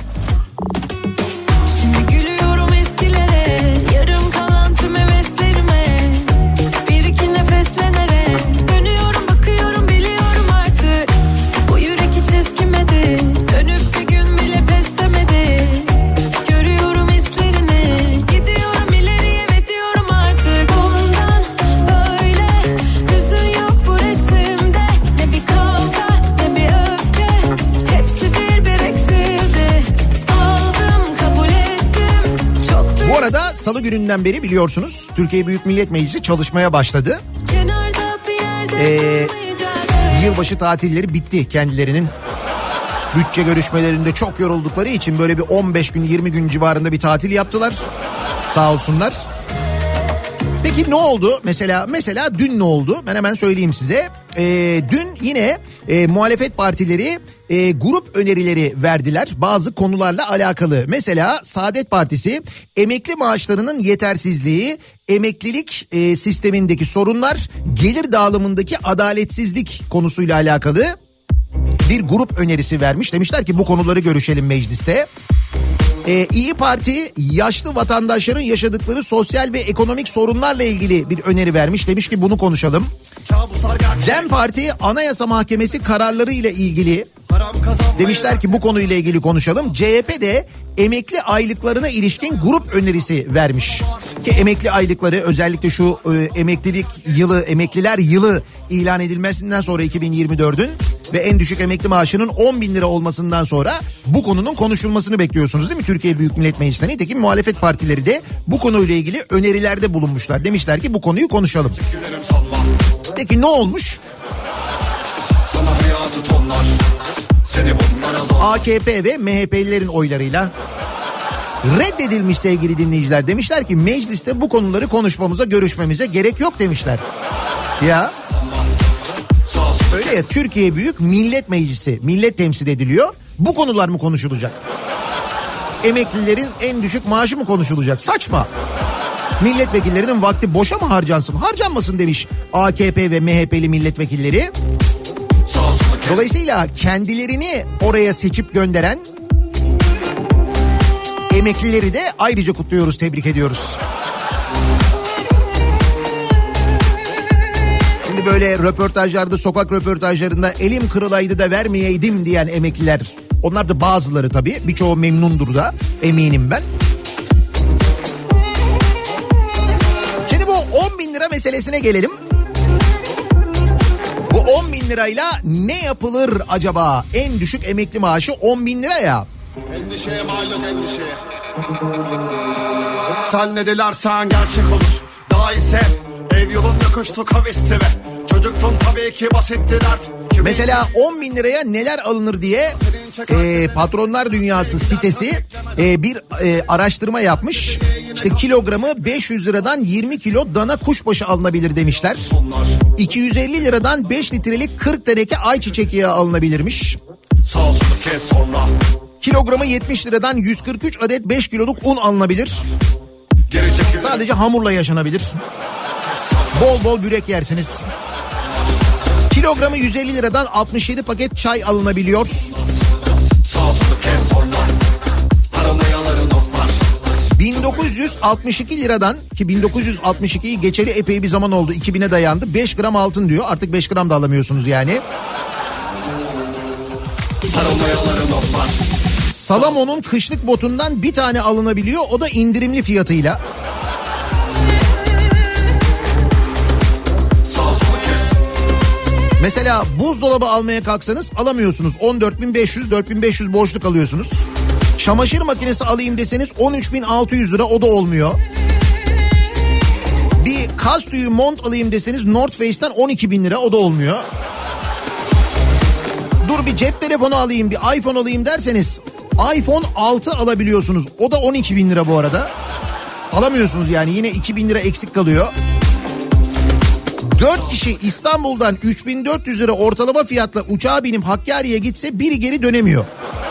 Şimdi gülüyorum eskilere, yarım kalan tüm heveslerime, bir iki nefeslenerek dönüyorum, bakıyorum, biliyorum artık bu yürek hiç eskimedi, dönüp bir gün bile pes demedi. Görüyorum hislerini, gidiyorum ileriye ve diyorum artık bundan böyle hüzün yok bu resimde, ne bir kavga ne bir öfke, hepsi bir eksildi. Aldım, kabul ettim, çok büyük. Bu arada salı gününden beri biliyorsunuz Türkiye Büyük Millet Meclisi çalışmaya başladı. Yılbaşı tatilleri bitti kendilerinin. Bütçe görüşmelerinde çok yoruldukları için böyle bir 15 gün 20 gün civarında bir tatil yaptılar. Sağ olsunlar. Peki ne oldu? Mesela dün ne oldu? Ben hemen söyleyeyim size. Dün yine muhalefet partileri grup önerileri verdiler bazı konularla alakalı. Mesela Saadet Partisi emekli maaşlarının yetersizliği, emeklilik sistemindeki sorunlar, gelir dağılımındaki adaletsizlik konusuyla alakalı bir grup önerisi vermiş. Demişler ki bu konuları görüşelim mecliste. İyi Parti yaşlı vatandaşların yaşadıkları sosyal ve ekonomik sorunlarla ilgili bir öneri vermiş. Demiş ki bunu konuşalım. DEM Parti Anayasa Mahkemesi kararları ile ilgili demişler ki bu konuyla ilgili konuşalım. CHP de emekli aylıklarına ilişkin grup önerisi vermiş. Ki emekli aylıkları özellikle şu emekliler yılı ilan edilmesinden sonra 2024'ün ve en düşük emekli maaşının 10.000 lira olmasından sonra bu konunun konuşulmasını bekliyorsunuz değil mi Türkiye Büyük Millet Meclisi'nde? Nitekim muhalefet partileri de bu konuyla ilgili önerilerde bulunmuşlar. Demişler ki bu konuyu konuşalım. Peki ne olmuş? AKP ve MHP'lilerin oylarıyla reddedilmiş sevgili dinleyiciler. Demişler ki mecliste bu konuları konuşmamıza, görüşmemize gerek yok demişler. Ya öyle ya, Türkiye Büyük Millet Meclisi, millet temsil ediliyor. Bu konular mı konuşulacak? Emeklilerin en düşük maaşı mı konuşulacak? Saçma. Milletvekillerinin vakti boşa mı harcansın? Harcanmasın demiş AKP ve MHP'li milletvekilleri. Dolayısıyla kendilerini oraya seçip gönderen emeklileri de ayrıca kutluyoruz, tebrik ediyoruz. Şimdi böyle röportajlarda, sokak röportajlarında elim kırılaydı da vermeyeydim diyen emekliler, onlar da bazıları tabii, birçoğu memnundur da eminim ben. Şimdi bu 10.000 lira meselesine gelelim. Bu 10.000 lirayla ne yapılır acaba? En düşük emekli maaşı 10.000 lira ya. Endişeye malum endişeye. Sen ne dilersen gerçek olur. Daha ise ev yolun yokuştu kavisti ve çocuktun tabii ki basitti dert. Mesela 10.000 liraya neler alınır diye Patronlar Dünyası sitesi bir araştırma yapmış. İşte kilogramı 500 liradan 20 kilo dana kuşbaşı alınabilir demişler. 250 liradan 5 litrelik 40 teneke ayçiçek yağı alınabilirmiş. Kilogramı 70 liradan 143 adet 5 kiloluk un alınabilir. Sadece hamurla yaşanabilir. Bol bol börek yersiniz. Kilogramı 150 liradan 67 paket çay alınabiliyor. 1962 liradan, ki 1962'yi geçeli epey bir zaman oldu, 2000'e dayandı, 5 gram altın diyor, artık 5 gram da alamıyorsunuz yani. Salamon'un kışlık botundan bir tane alınabiliyor, o da indirimli fiyatıyla. Mesela buzdolabı almaya kalksanız alamıyorsunuz. 14.500, 4.500 borçluk alıyorsunuz. Çamaşır makinesi alayım deseniz 13.600 lira, o da olmuyor. Bir kas tüyü mont alayım deseniz North Face'ten 12.000 lira, o da olmuyor. Dur bir cep telefonu alayım, bir iPhone alayım derseniz iPhone 6 alabiliyorsunuz. O da 12.000 lira bu arada. Alamıyorsunuz yani, yine 2.000 lira eksik kalıyor. 4 kişi İstanbul'dan 3.400 lira ortalama fiyatla uçağa binip Hakkari'ye gitse biri geri dönemiyor.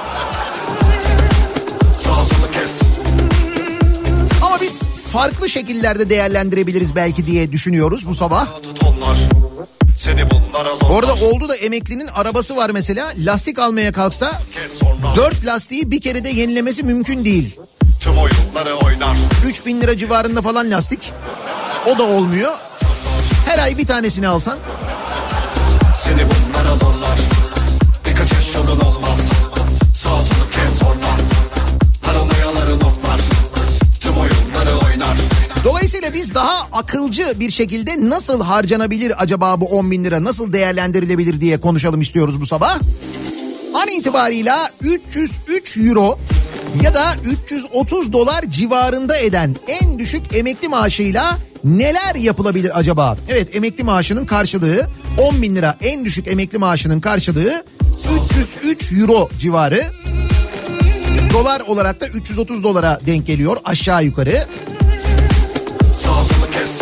Ama biz farklı şekillerde değerlendirebiliriz belki diye düşünüyoruz bu sabah. Bu arada oldu da emeklinin arabası var mesela, lastik almaya kalksa 4 lastiği bir kerede yenilemesi mümkün değil. 3.000 lira civarında falan lastik, o da olmuyor. Her ay bir tanesini alsan. Seni bunlara zorlar. Birkaç yaş yolun olmaz. Sağ solu kes sonra. Paranoyaları noklar. Tüm oyunları oynar. Dolayısıyla biz daha akılcı bir şekilde nasıl harcanabilir acaba bu 10.000 lira, nasıl değerlendirilebilir diye konuşalım istiyoruz bu sabah. An itibarıyla 303 euro ya da 330 dolar civarında eden en düşük emekli maaşıyla neler yapılabilir acaba? Evet, emekli maaşının karşılığı 10.000 lira, en düşük emekli maaşının karşılığı 303 euro civarı. Dolar olarak da 330 dolara denk geliyor aşağı yukarı. Sağsını kes.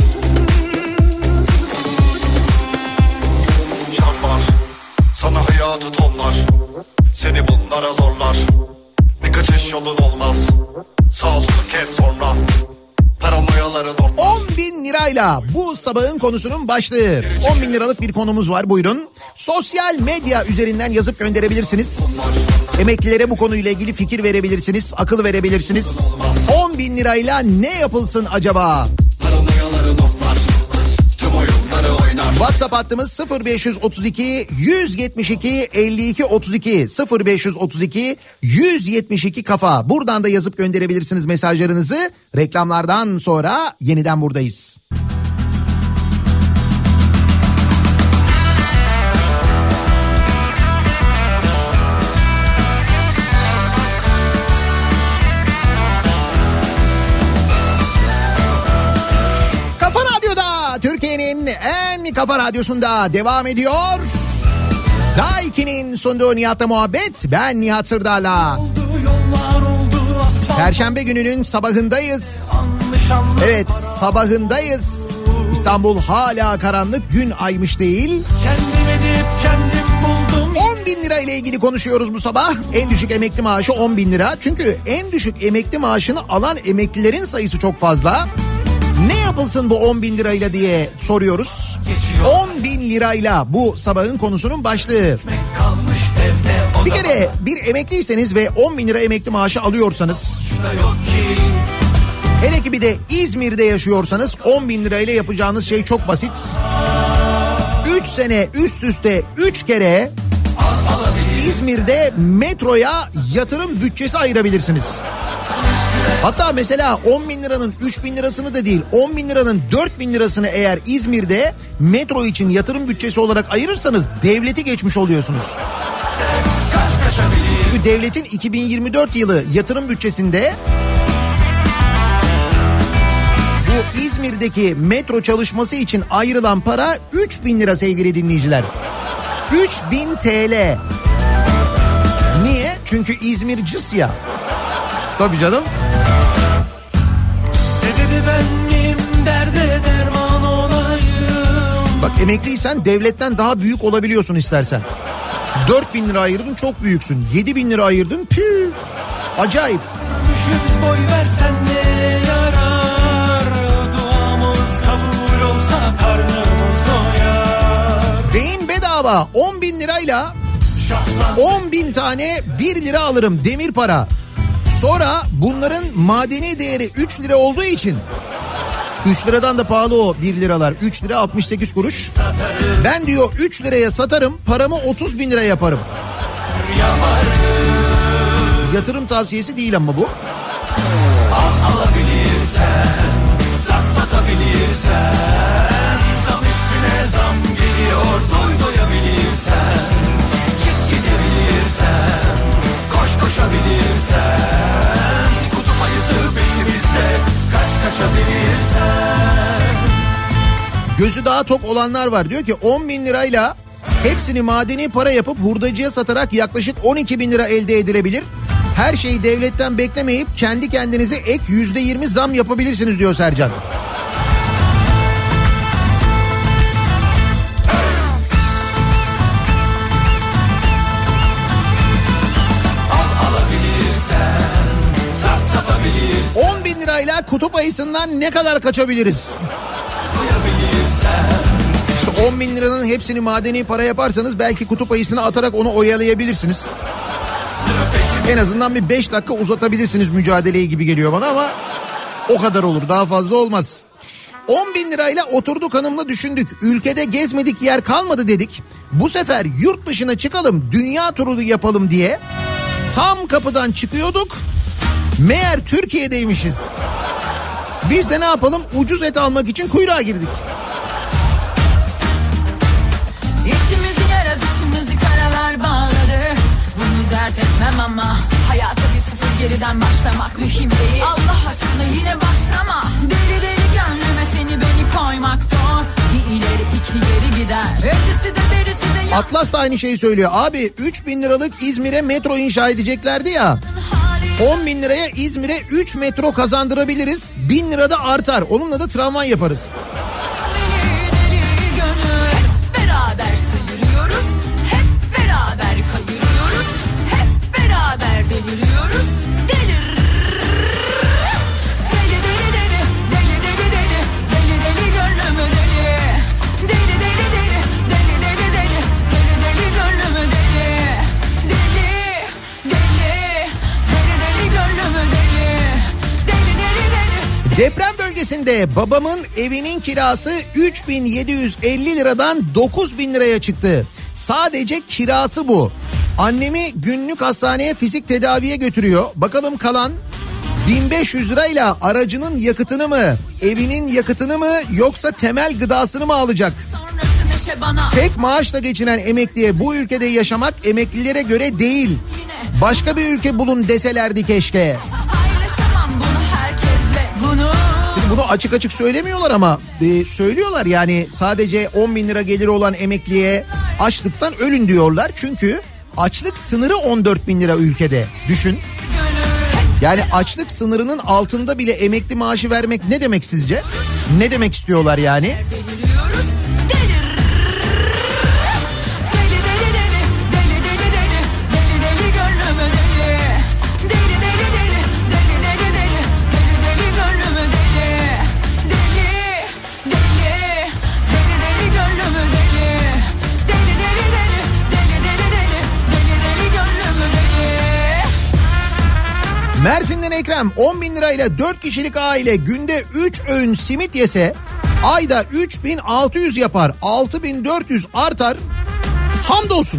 Şartlar sana hayatı tonlar. Seni bunlara zorlar. Bir kaçış yolun olmaz. Sağsını kes sonra. Paranoyaların ortlar. 10 bin lirayla bu sabahın konusunun başlığı. 10 bin liralık bir konumuz var, buyurun. Sosyal medya üzerinden yazıp gönderebilirsiniz. Emeklilere bu konuyla ilgili fikir verebilirsiniz, akıl verebilirsiniz. 10 bin lirayla ne yapılsın acaba? Paranoyaların ortlar. Tüm oyunları oynar. WhatsApp hattımız 0532 172 52 32 0532 172 kafa. Buradan da yazıp gönderebilirsiniz mesajlarınızı. Reklamlardan sonra yeniden buradayız. Türkiye'nin en kafa radyosunda devam ediyor. Daiki'nin sunduğu Nihat'la muhabbet. Ben Nihat Sırdar'la. Perşembe gününün sabahındayız. Evet, sabahındayız. İstanbul hala karanlık, gün aymış değil. 10 bin lira ile ilgili konuşuyoruz bu sabah. En düşük emekli maaşı 10 bin lira. Çünkü en düşük emekli maaşını alan emeklilerin sayısı çok fazla. Ne yapılsın bu 10 bin lirayla diye soruyoruz. 10 bin lirayla bu sabahın konusunun başlığı. Bir kere bir emekliyseniz ve 10 bin lira emekli maaşı alıyorsanız, hele ki bir de İzmir'de yaşıyorsanız 10 bin lirayla yapacağınız şey çok basit. 3 sene üst üste 3 kere İzmir'de metroya yatırım bütçesi ayırabilirsiniz. Hatta mesela 10 bin liranın 3 bin lirasını da değil, 10 bin liranın 4 bin lirasını eğer İzmir'de metro için yatırım bütçesi olarak ayırırsanız devleti geçmiş oluyorsunuz. Çünkü devletin 2024 yılı yatırım bütçesinde bu İzmir'deki metro çalışması için ayrılan para 3 bin lira sevgili dinleyiciler. 3000 TL. Niye? Çünkü İzmir cıs ya. Tabii canım. Sebebi ben miyim, derde derman olayım. Bak, emekliysen devletten daha büyük olabiliyorsun istersen. 4 bin lira ayırdın, çok büyüksün. 7 bin lira ayırdın, püh, acayip. Düşüp boy versen ne yarar? Duamız kabul olsa karnımız doyar. Beyin bedava 10 bin lirayla 10 bin tane 1 lira alırım demir para. Sonra bunların madeni değeri 3 lira olduğu için 3 liradan da pahalı o 1 liralar. 3 lira 68 kuruş. Ben diyor 3 liraya satarım, paramı 30 bin lira yaparım. Yatırım tavsiyesi değil ama bu. Alabilirsen, satabilirsen, zam üstüne zam geliyor, doyabilirsen, gidebilirsen, koşabilirsen, kutup ayısı peşimizde, kaçabilirsen. Gözü daha tok olanlar var, diyor ki 10 bin lirayla hepsini madeni para yapıp hurdacıya satarak yaklaşık 12 bin lira elde edilebilir. Her şeyi devletten beklemeyip kendi kendinize ek %20 zam yapabilirsiniz diyor Sercan. Satabilirsen. 10 bin lirayla kutup ayısından ne kadar kaçabiliriz? İşte 10 bin liranın hepsini madeni para yaparsanız belki kutup ayısını atarak onu oyalayabilirsiniz. En azından bir 5 dakika uzatabilirsiniz mücadeleyi gibi geliyor bana, ama o kadar olur, daha fazla olmaz. 10 bin lirayla oturduk hanımla düşündük. Ülkede gezmedik yer kalmadı dedik. Bu sefer yurt dışına çıkalım, dünya turu yapalım diye tam kapıdan çıkıyorduk. Meğer Türkiye'deymişiz. Biz de ne yapalım? Ucuz et almak için kuyruğa girdik. İçimizi yara dışımızı karalar bağladı. Bunu dert etmem ama hayata bir sıfır geriden başlamak mühim değil. Allah aşkına yine başlama. Deli deli gönlüme seni beni koymak zor. Bir ileri iki geri gider. Ötesi de berisi de Atlas da aynı şeyi söylüyor. Abi 3.000 liralık İzmir'e metro inşa edeceklerdi ya. 10.000 liraya İzmir'e 3 metro kazandırabiliriz. 1.000 lira da artar. Onunla da tramvay yaparız. beraber sıyırıyoruz. Hep beraber kayırıyoruz. Hep beraber deliriyoruz. Delir. Deli deli deli. Deli deli deli. Deli deli gönlümü deli. Deli deli deli. Deli deli deli. Deli deli gönlümü deli. Deli. Deli. Deli deli gönlümü deli. Deli deli deli. Deprem bölgesinde babamın evinin kirası 3.750 liradan 9.000 liraya çıktı. Sadece kirası bu. Annemi günlük hastaneye fizik tedaviye götürüyor. Bakalım kalan 1.500 lirayla aracının yakıtını mı, evinin yakıtını mı yoksa temel gıdasını mı alacak? Sonrası neşe bana. Tek maaşla geçinen emekliye bu ülkede yaşamak emeklilere göre değil. Başka bir ülke bulun deselerdi keşke. Paylaşamam bunu herkesle. Bunu açık açık söylemiyorlar ama söylüyorlar yani sadece 10.000 lira geliri olan emekliye açlıktan ölün diyorlar. Çünkü açlık sınırı 14.000 lira ülkede. Düşün. Yani açlık sınırının altında bile emekli maaşı vermek ne demek sizce? Ne demek istiyorlar yani? Deliriyoruz. Delir. Deli deli deli. Deli deli deli. Deli deli gönlümü deli. Deli deli deli. Deli deli deli. Deli deli gönlümü deli. Deli. Deli. Deli deli gönlümü deli. Deli deli deli. Deli deli deli. Deli deli gönlümü deli. Mersin'den Ekrem 10.000 lirayla 4 kişilik aile günde 3 öğün simit yese ayda 3.600 yapar. 6.400 artar. Hamdolsun.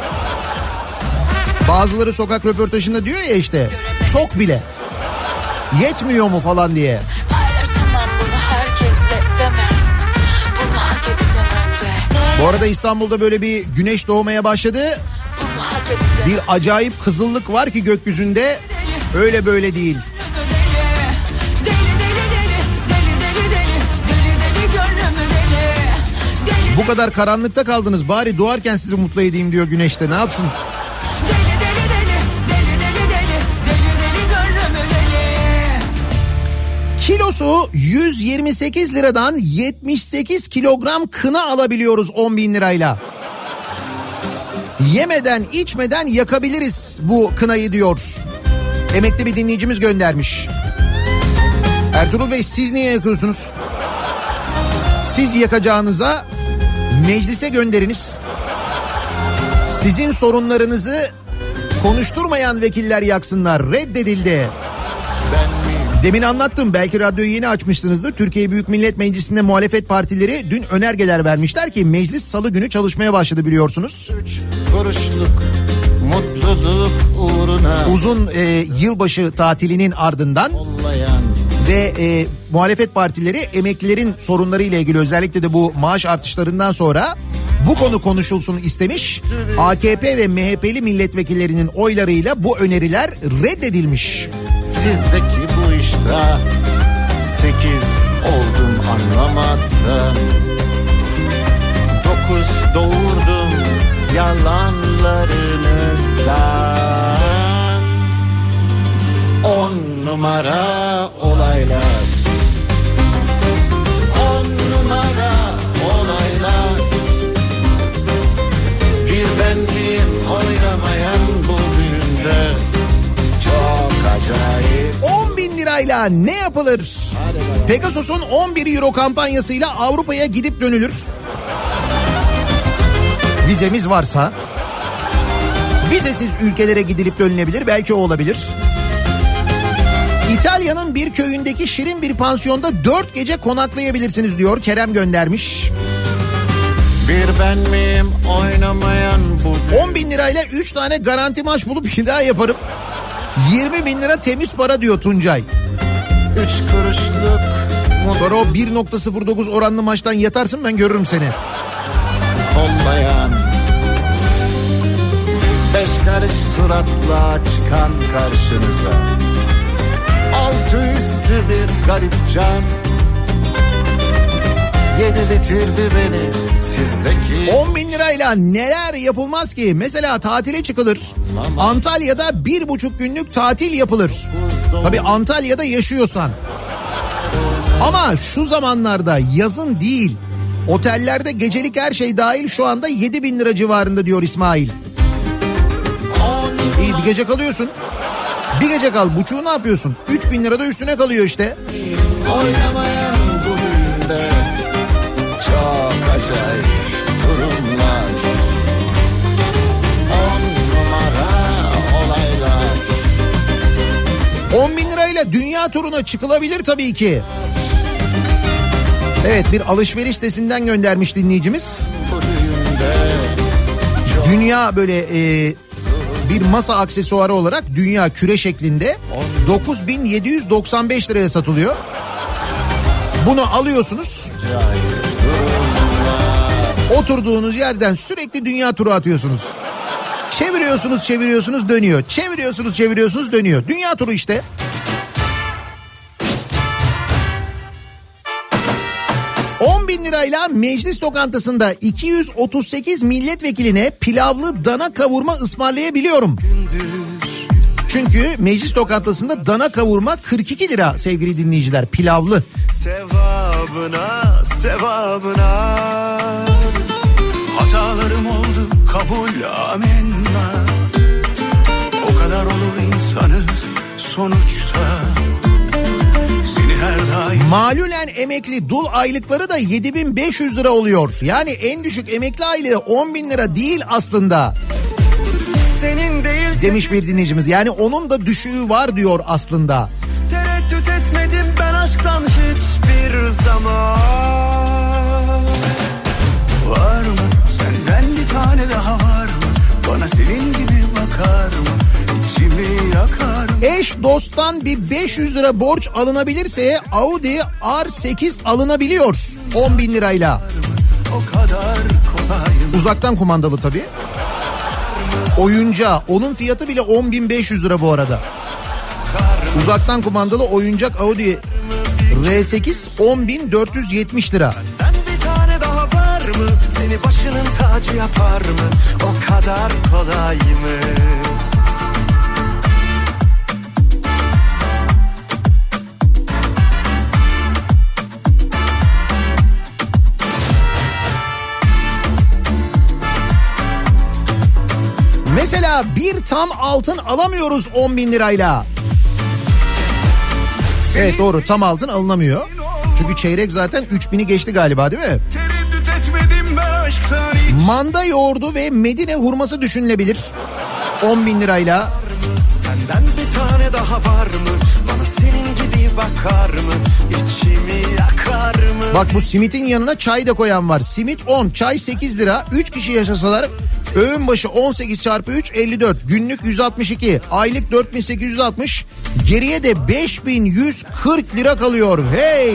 Bazıları sokak röportajında diyor ya işte çok bile yetmiyor mu falan diye. Paylaşamam bunu herkesle deme. Bunu hak edeceksin önce. Bu arada İstanbul'da böyle bir güneş doğmaya başladı. Bunu hak edeceksin. Bir acayip kızıllık var ki gökyüzünde öyle böyle değil. Deli deli deli. Deli deli deli. Deli deli gönlümü deli. Deli Bu kadar karanlıkta kaldınız bari doğarken sizi mutlu edeyim diyor güneşte ne yapsın? deli deli deli. Deli deli deli. Deli deli gönlümü deli. Kilosu 128 liradan 78 kilogram kına alabiliyoruz 10.000 lirayla. Yemeden içmeden yakabiliriz bu kınayı diyor. Emekli bir dinleyicimiz göndermiş. Ertuğrul Bey siz niye yakıyorsunuz? Siz yakacağınıza meclise gönderiniz. Sizin sorunlarınızı konuşturmayan vekiller yaksınlar. Reddedildi. Demin anlattım, belki radyoyu yeni açmışsınızdır. Türkiye Büyük Millet Meclisi'nde muhalefet partileri dün önergeler vermişler ki meclis salı günü çalışmaya başladı biliyorsunuz. 3 kuruşluk mutluluk uğruna Uzun yılbaşı tatilinin ardından ollayan ve muhalefet partileri emeklilerin sorunları ile ilgili özellikle de bu maaş artışlarından sonra bu konu konuşulsun istemiş. AKP ve MHP'li milletvekillerinin oylarıyla bu öneriler reddedilmiş. sizdeki bu işte 8 oldum anlamadım, 9 doğurdum yalanlarınızdan, 10 numara olaylar, 10 numara olaylar, bir benliğim oynamayan bugünde çok acayip. 10.000 lirayla ne yapılır? Pegasus'un 11 euro kampanyasıyla Avrupa'ya gidip dönülür. Vizemiz varsa vizesiz ülkelere gidilip dönülebilir, belki o olabilir. İtalya'nın bir köyündeki şirin bir pansiyonda 4 gece konaklayabilirsiniz diyor, Kerem göndermiş. Bir ben miyim oynamayan bugün? 10.000 lirayla 3 tane garanti maç bulup bir daha yaparım. 20.000 lira temiz para diyor Tuncay. 3 kuruşluk Sonra o 1.09 oranlı maçtan yatarsın, ben görürüm seni. kollayan, 5 karış suratla çıkan karşınıza, altı üstü bir garip can, Yedi bitirdi beni sizdeki. 10 bin lirayla neler yapılmaz ki? Mesela tatile çıkılır. Antalya'da 1,5 günlük tatil yapılır. Tabii Antalya'da yaşıyorsan. Ama şu zamanlarda yazın değil. Otellerde gecelik her şey dahil şu anda 7 bin lira civarında diyor İsmail. İyi, bir gece kalıyorsun. Bir gece kal, buçuğu ne yapıyorsun? 3 bin lira da üstüne kalıyor işte. Oynamayan bu düğünde çok acayip durumlar. 10 numara olaylar. 10 bin lirayla dünya turuna çıkılabilir tabii ki. Evet, bir alışveriş sitesinden göndermiş dinleyicimiz. Dünya böyle bir masa aksesuarı olarak dünya küre şeklinde 9.795 liraya satılıyor. Bunu alıyorsunuz. Oturduğunuz yerden sürekli dünya turu atıyorsunuz. Çeviriyorsunuz dönüyor. Çeviriyorsunuz dönüyor. Dünya turu işte. ...10.000 lirayla meclis lokantasında 238 milletvekiline pilavlı dana kavurma ısmarlayabiliyorum. Çünkü meclis lokantasında dana kavurma 42 lira sevgili dinleyiciler, pilavlı. Sevabına, sevabına hatalarım oldu, kabul amenna. O kadar olur insanız sonuçta. Malulen emekli dul aylıkları da 7.500 lira oluyor. Yani en düşük emekli aylığı 10 bin lira değil aslında. Senin değil demiş bir dinleyicimiz. Yani onun da düşüğü var diyor aslında. Tereddüt etmedim ben aşktan hiçbir zaman. Var mı senden bir tane daha var mı? Bana senin gibi bakar mı? İçimi yakar. Eş dosttan bir 500 lira borç alınabilirse Audi R8 alınabiliyor 10 bin lirayla. Uzaktan kumandalı tabii. Oyuncağı, onun fiyatı bile 10.500 lira bu arada. Uzaktan kumandalı oyuncak Audi R8 10.470 lira. Bir tane daha var mı? Seni başının tacı yapar mı? O kadar kolay mı? Mesela bir tam altın alamıyoruz 10 bin lirayla. Evet doğru, tam altın alınamıyor. Çünkü çeyrek zaten 3000'i geçti galiba değil mi? Manda yoğurdu ve Medine hurması düşünülebilir 10 bin lirayla. Senden bir tane daha var mı? Bana senin gibi bakar mı? İçimi yakar mı? Bak bu simitin yanına çay da koyan var. Simit 10, çay 8 lira. 3 kişi yaşasalar öğün başı 18 çarpı 3 54. Günlük 162. Aylık 4860. Geriye de 5140 lira kalıyor. Hey!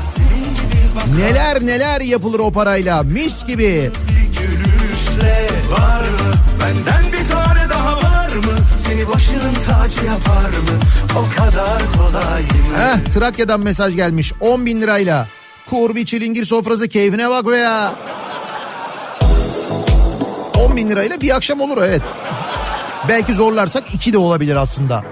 Neler yapılır o parayla. Mis gibi. Gülüşle var mı? Benden bir tane daha var mı? Seni başının tacı yapar mı? O kadar kolay mı? Trakya'dan mesaj gelmiş 10 bin lirayla. Kur bir çilingir sofrası, keyfine bak be ya. 10 bin lirayla bir akşam olur, evet. Belki zorlarsak 2 de olabilir aslında.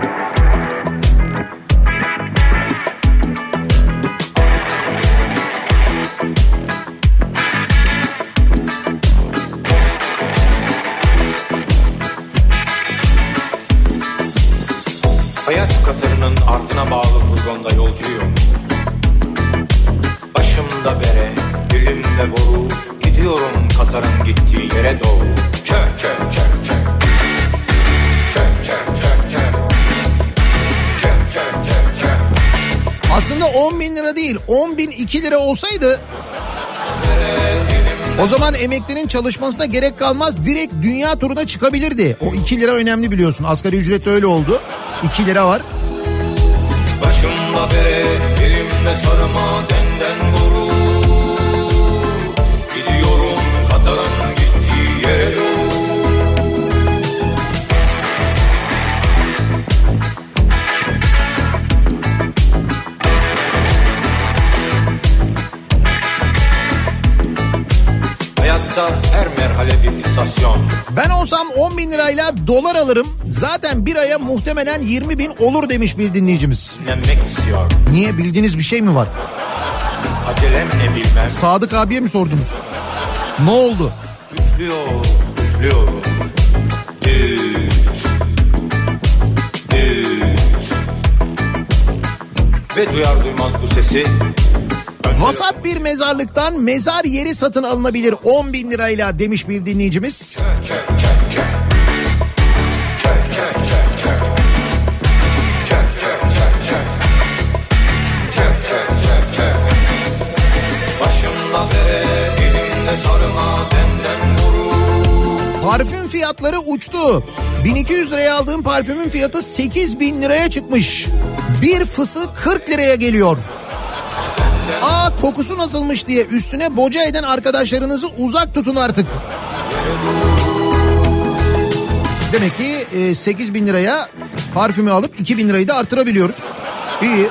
Hayat Katarı'nın ardına bağlı furgonda yolcuyum. Başımda bere, dilimde boru. Gidiyorum Katar'ın gittiği yere doğru. Çök çök çök çök. Çök çök çök çök. Çök çök çök çök. Aslında 10 bin lira değil, 10 bin 2 lira olsaydı o zaman emeklinin çalışmasına gerek kalmaz, direkt dünya turuna çıkabilirdi. O 2 lira önemli biliyorsun, asgari ücrette öyle oldu. 2 lira var. Başımda bere, elimde sarıma denden boru. Gidiyorum Katar'ın gittiği yere doğru. bir istasyon. Ben olsam 10 bin lirayla dolar alırım. Zaten bir aya muhtemelen 20 bin olur demiş bir dinleyicimiz. Dinlenmek istiyor. Niye, bildiğiniz bir şey mi var? Acelem ne bilmem. Sadık abiye mi sordunuz? Ne oldu? Üflüyorum, üflüyorum. Düt. Ve duyar duymaz bu sesi. Vasat bir mezarlıktan mezar yeri satın alınabilir 10 bin lirayla demiş bir dinleyicimiz. Başımda bere, elimde sarıma, denden vurur. Parfüm fiyatları uçtu. 1200 liraya aldığım parfümün fiyatı 8.000 liraya çıkmış. Bir fısı 40 liraya geliyor. Kokusu nasılmış diye üstüne boca eden arkadaşlarınızı uzak tutun artık. Demek ki 8.000 liraya parfümü alıp 2.000 lirayı da arttırabiliyoruz. İyi.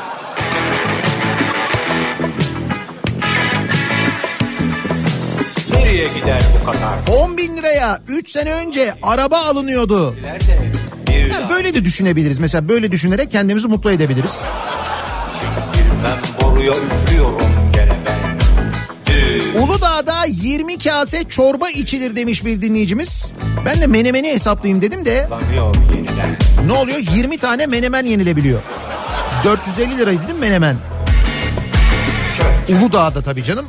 Nereye gider bu Katar? 10 bin liraya 3 sene önce araba alınıyordu. Yani böyle de düşünebiliriz. Mesela böyle düşünerek kendimizi mutlu edebiliriz. Ben boruya üflüyorum gene ben. Uludağ'da 20 kase çorba içilir demiş bir dinleyicimiz. Ben de menemeni hesaplayayım dedim de. Ne oluyor? 20 tane menemen yenilebiliyor. 450 liraydı değil mi menemen? Uludağ'da tabii canım.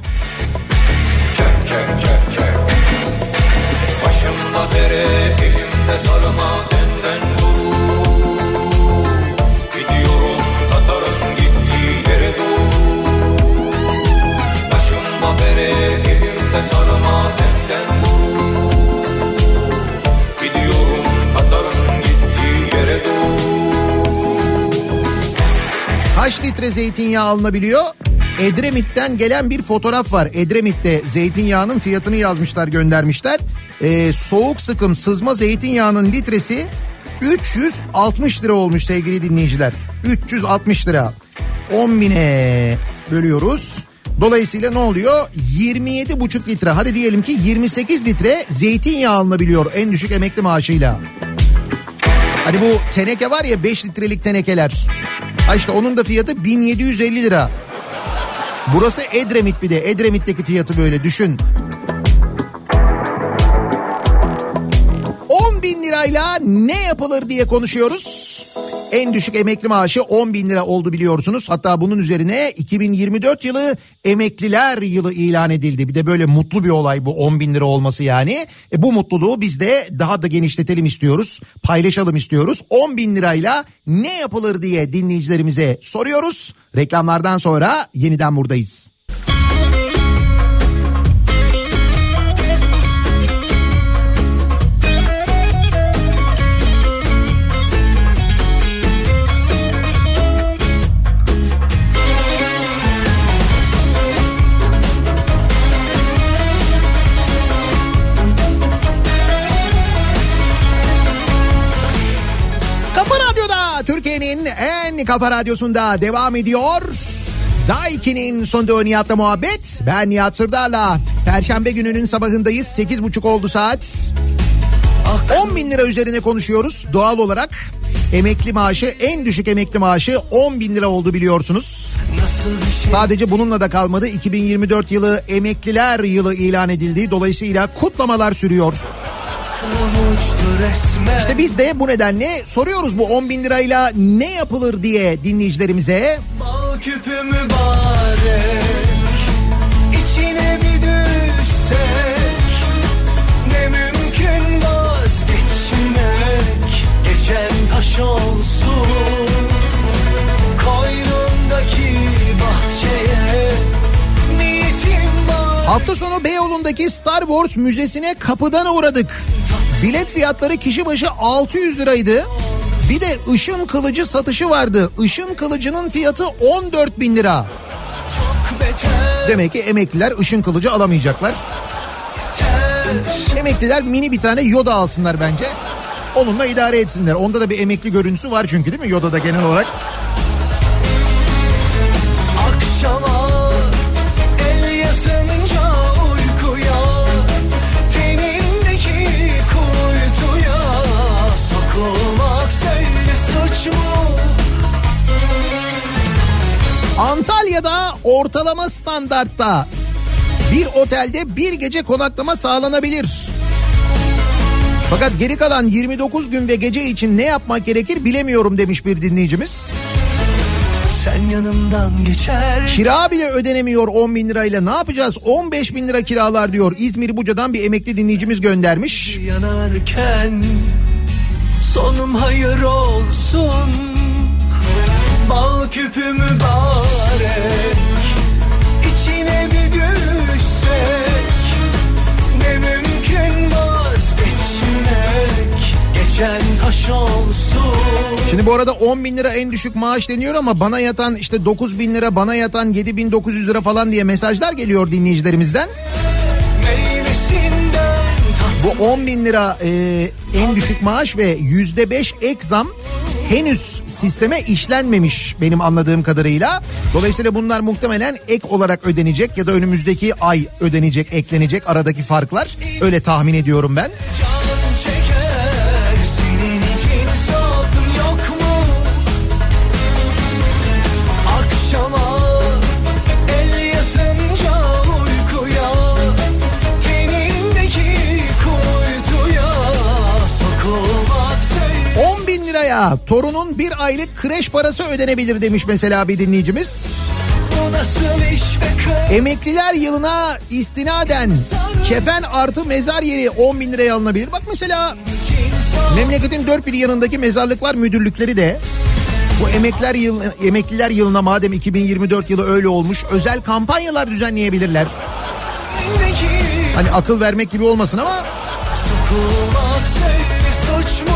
Başımda bere, elimde sarıma, denden vurur. Gidiyorum Tatar'ın gittiği yere doğru. Başımda bere, elimde sarıma, denden vurur. Gidiyorum Tatar'ın gittiği yere doğru. Kaç litre zeytinyağı alınabiliyor? Edremit'ten gelen bir fotoğraf var. Edremit'te zeytinyağının fiyatını yazmışlar, göndermişler. Soğuk sıkım sızma zeytinyağının litresi 360 lira olmuş sevgili dinleyiciler. 360 lira. 10 bine bölüyoruz. Dolayısıyla ne oluyor? 27,5 litre. Hadi diyelim ki 28 litre zeytinyağı alınabiliyor en düşük emekli maaşıyla. Hani bu teneke var ya, 5 litrelik tenekeler. İşte onun da fiyatı 1750 lira. Burası Edremit, bir de Edremit'teki fiyatı böyle düşün. 10 bin lirayla ne yapılır diye konuşuyoruz. En düşük emekli maaşı 10 bin lira oldu biliyorsunuz. Hatta bunun üzerine 2024 yılı emekliler yılı ilan edildi. Bir de böyle mutlu bir olay bu 10 bin lira olması yani. Bu mutluluğu biz de daha da genişletelim istiyoruz. Paylaşalım istiyoruz. 10 bin lirayla ne yapılır diye dinleyicilerimize soruyoruz. Reklamlardan sonra yeniden buradayız. Türkiye'nin en kafa radyosunda devam ediyor. Daiki'nin sonunda Nihat'la muhabbet. Ben Nihat Sırdar'la. Perşembe gününün sabahındayız. 8.30 oldu saat. 10 bin lira üzerine konuşuyoruz doğal olarak. Emekli maaşı, en düşük emekli maaşı 10 bin lira oldu biliyorsunuz. Sadece bununla da kalmadı. 2024 yılı emekliler yılı ilan edildi. Dolayısıyla kutlamalar sürüyor. İşte biz de bu nedenle soruyoruz bu 10 bin lirayla ne yapılır diye dinleyicilerimize. Bal küpü mübarek, içine bir düşsek, ne mümkün vazgeçmek, geçen taş olsun, koynumdaki bahçeye, niyetim var. Hafta sonu Beyoğlu'ndaki Star Wars Müzesi'ne kapıdan uğradık. Bilet fiyatları kişi başı 600 liraydı. Bir de ışın kılıcı satışı vardı. Işın kılıcının fiyatı 14 bin lira. Demek ki emekliler ışın kılıcı alamayacaklar. Emekliler mini bir tane Yoda alsınlar bence. Onunla idare etsinler. Onda da bir emekli görüntüsü var çünkü, değil mi? Yoda'da genel olarak. Akşama el yatınca uykuya, tenindeki Antalya'da ortalama standartta bir otelde bir gece konaklama sağlanabilir. Fakat geri kalan 29 gün ve gece için ne yapmak gerekir bilemiyorum demiş bir dinleyicimiz. Sen yanımdan geçer. Kira bile ödenemiyor 10 bin lirayla, ne yapacağız? 15 bin lira kiralar diyor. İzmir Buca'dan bir emekli dinleyicimiz göndermiş. Yanarken sonum hayır olsun. Bal küpü mübarek, içine bir düşsek, ne mümkün vazgeçmek, geçen taş olsun. Şimdi bu arada 10 bin lira en düşük maaş deniyor ama bana yatan işte 9 bin lira, bana yatan 7.900 lira falan diye mesajlar geliyor dinleyicilerimizden. Bu 10 bin lira en düşük maaş ve %5 ek zam henüz sisteme işlenmemiş benim anladığım kadarıyla. Dolayısıyla bunlar muhtemelen ek olarak ödenecek ya da önümüzdeki ay ödenecek, eklenecek aradaki farklar. Öyle tahmin ediyorum ben. Akşama el yatınca uykuya, tenindeki kuytuya sokulmak söyle. 10 bin liraya torunun bir aylık kreş parası ödenebilir demiş mesela bir dinleyicimiz. Bu nasıl iş be kız? Emekliler yılına istinaden kefen artı mezar yeri 10 bin liraya alınabilir. Bak mesela memleketin dört bir yanındaki mezarlıklar müdürlükleri de bu emekliler yılına madem 2024 yılı öyle olmuş, özel kampanyalar düzenleyebilirler. Hani akıl vermek gibi olmasın ama. Sokulmak söyle suç mu?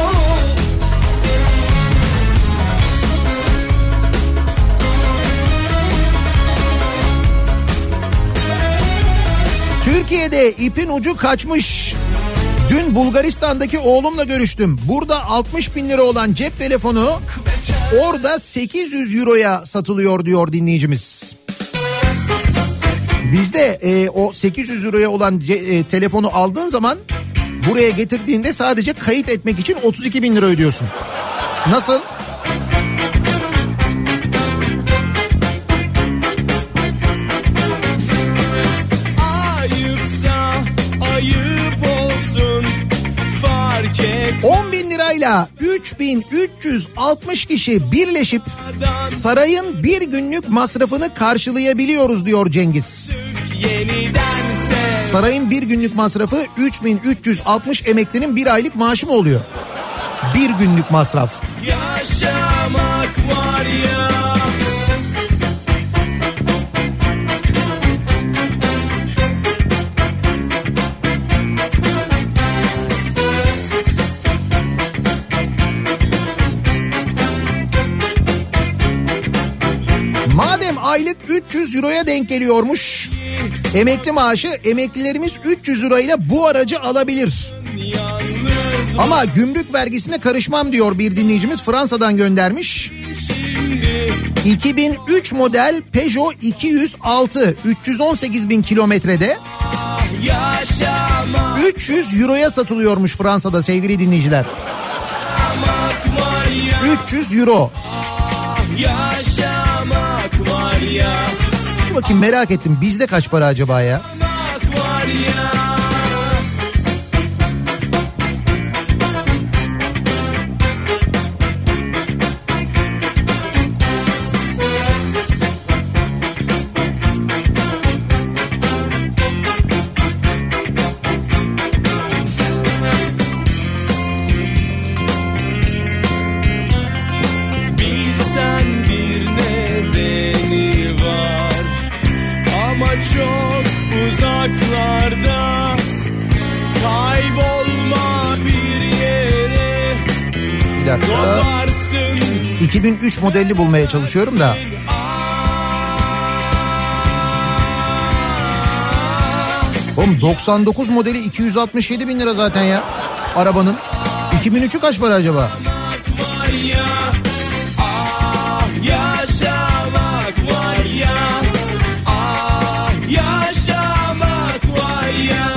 Türkiye'de ipin ucu kaçmış. Dün Bulgaristan'daki oğlumla görüştüm. Burada 60 bin lira olan cep telefonu orada 800 euroya satılıyor diyor dinleyicimiz. Bizde o 800 euroya olan telefonu aldığın zaman buraya getirdiğinde sadece kayıt etmek için 32 bin lira ödüyorsun. Nasıl? Ayıpsa ayıp olsun, fark et. 10 bin lirayla 3360 kişi birleşip sarayın bir günlük masrafını karşılayabiliyoruz diyor Cengiz. Sarayın bir günlük masrafı 3360 emeklinin bir aylık maaşı mı oluyor? Bir günlük masraf. Yaşamak var ya. Madem aylık 300 euroya denk geliyormuş emekli maaşı, emeklilerimiz 300 lirayla bu aracı alabilir. Ama gümrük vergisine karışmam diyor bir dinleyicimiz, Fransa'dan göndermiş. 2003 model Peugeot 206 318 bin kilometrede 300 euroya satılıyormuş Fransa'da sevgili dinleyiciler. 300 euro. Yaşamak var ya. Bakayım, merak ettim, bizde kaç para acaba ya? Var ya. Çok uzaklarda kaybolma bir yere. Bir dakika. 2003 modelli bulmaya çalışıyorum da. Oğlum 99 modeli 267 bin lira zaten ya arabanın. 2003'ü kaç para acaba? Yaşamak var ya. Yaşamak var ya.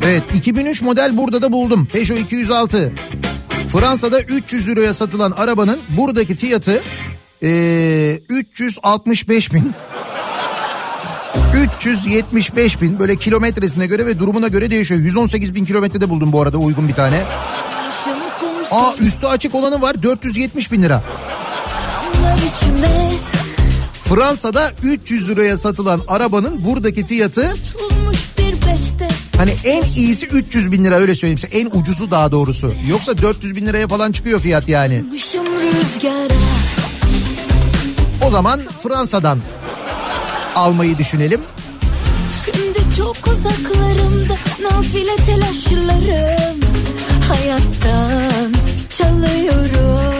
Evet, 2003 model burada da buldum. Peugeot 206. Fransa'da 300 euroya satılan arabanın buradaki fiyatı 365 bin. 375 bin, böyle kilometresine göre ve durumuna göre değişiyor. 118 bin kilometrede buldum bu arada uygun bir tane. Üstü açık olanı var, 470 bin lira. Fransa'da 300 liraya satılan arabanın buradaki fiyatı, hani en iyisi 300 bin lira, öyle söyleyeyim size. En ucuzu daha doğrusu. Yoksa 400 bin liraya falan çıkıyor fiyat yani. O zaman Fransa'dan almayı düşünelim. Şimdi çok uzaklarımda nafile telaşlarım, hayattan çalıyorum.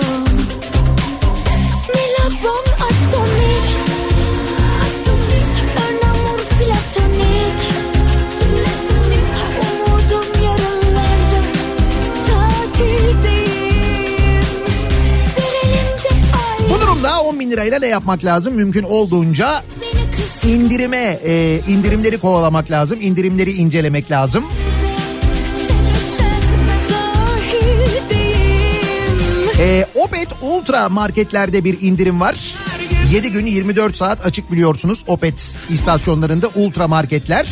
Melabon atomik, un amour platonik. Umudum yarınlarda, tatildeyim. Bir elimde ay. Bu durumda 10 bin lirayla ne yapmak lazım? Mümkün olduğunca indirimleri kovalamak lazım. İndirimleri incelemek lazım. Opet Ultra marketlerde bir indirim var. 7 gün 24 saat açık biliyorsunuz Opet istasyonlarında ultra marketler.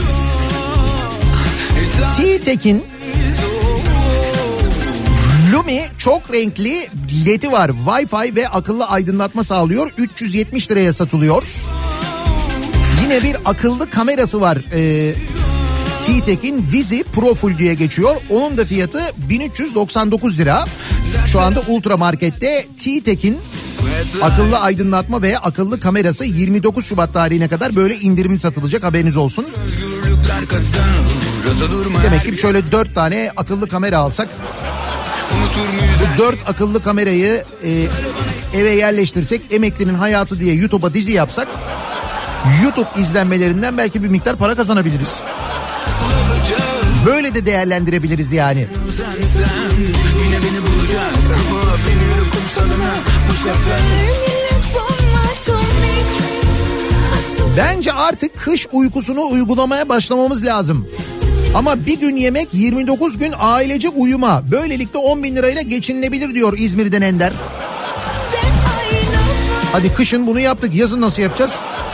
T-Tek'in Lumi çok renkli LED'i var. Wi-Fi ve akıllı aydınlatma sağlıyor. 370 liraya satılıyor. Yine bir akıllı kamerası var. T-Tek'in Vizi Pro Full diye geçiyor. Onun da fiyatı 1399 lira. Şu anda Ultra Market'te T-Tek'in akıllı aydınlatma ve akıllı kamerası 29 Şubat tarihine kadar böyle indirimli satılacak, haberiniz olsun. Demek ki şöyle 4 tane akıllı kamera alsak, bu 4 akıllı kamerayı eve yerleştirsek, emeklinin hayatı diye YouTube'a dizi yapsak, YouTube izlenmelerinden belki bir miktar para kazanabiliriz. Böyle de değerlendirebiliriz yani. Yine beni bulacak ama beni yürü kumsalına bu sefer. Bence artık kış uykusunu uygulamaya başlamamız lazım. Ama bir gün yemek, 29 gün ailecek uyuma. Böylelikle 10 bin lirayla geçinilebilir diyor İzmir'den Ender. Hadi kışın bunu yaptık, yazın nasıl yapacağız?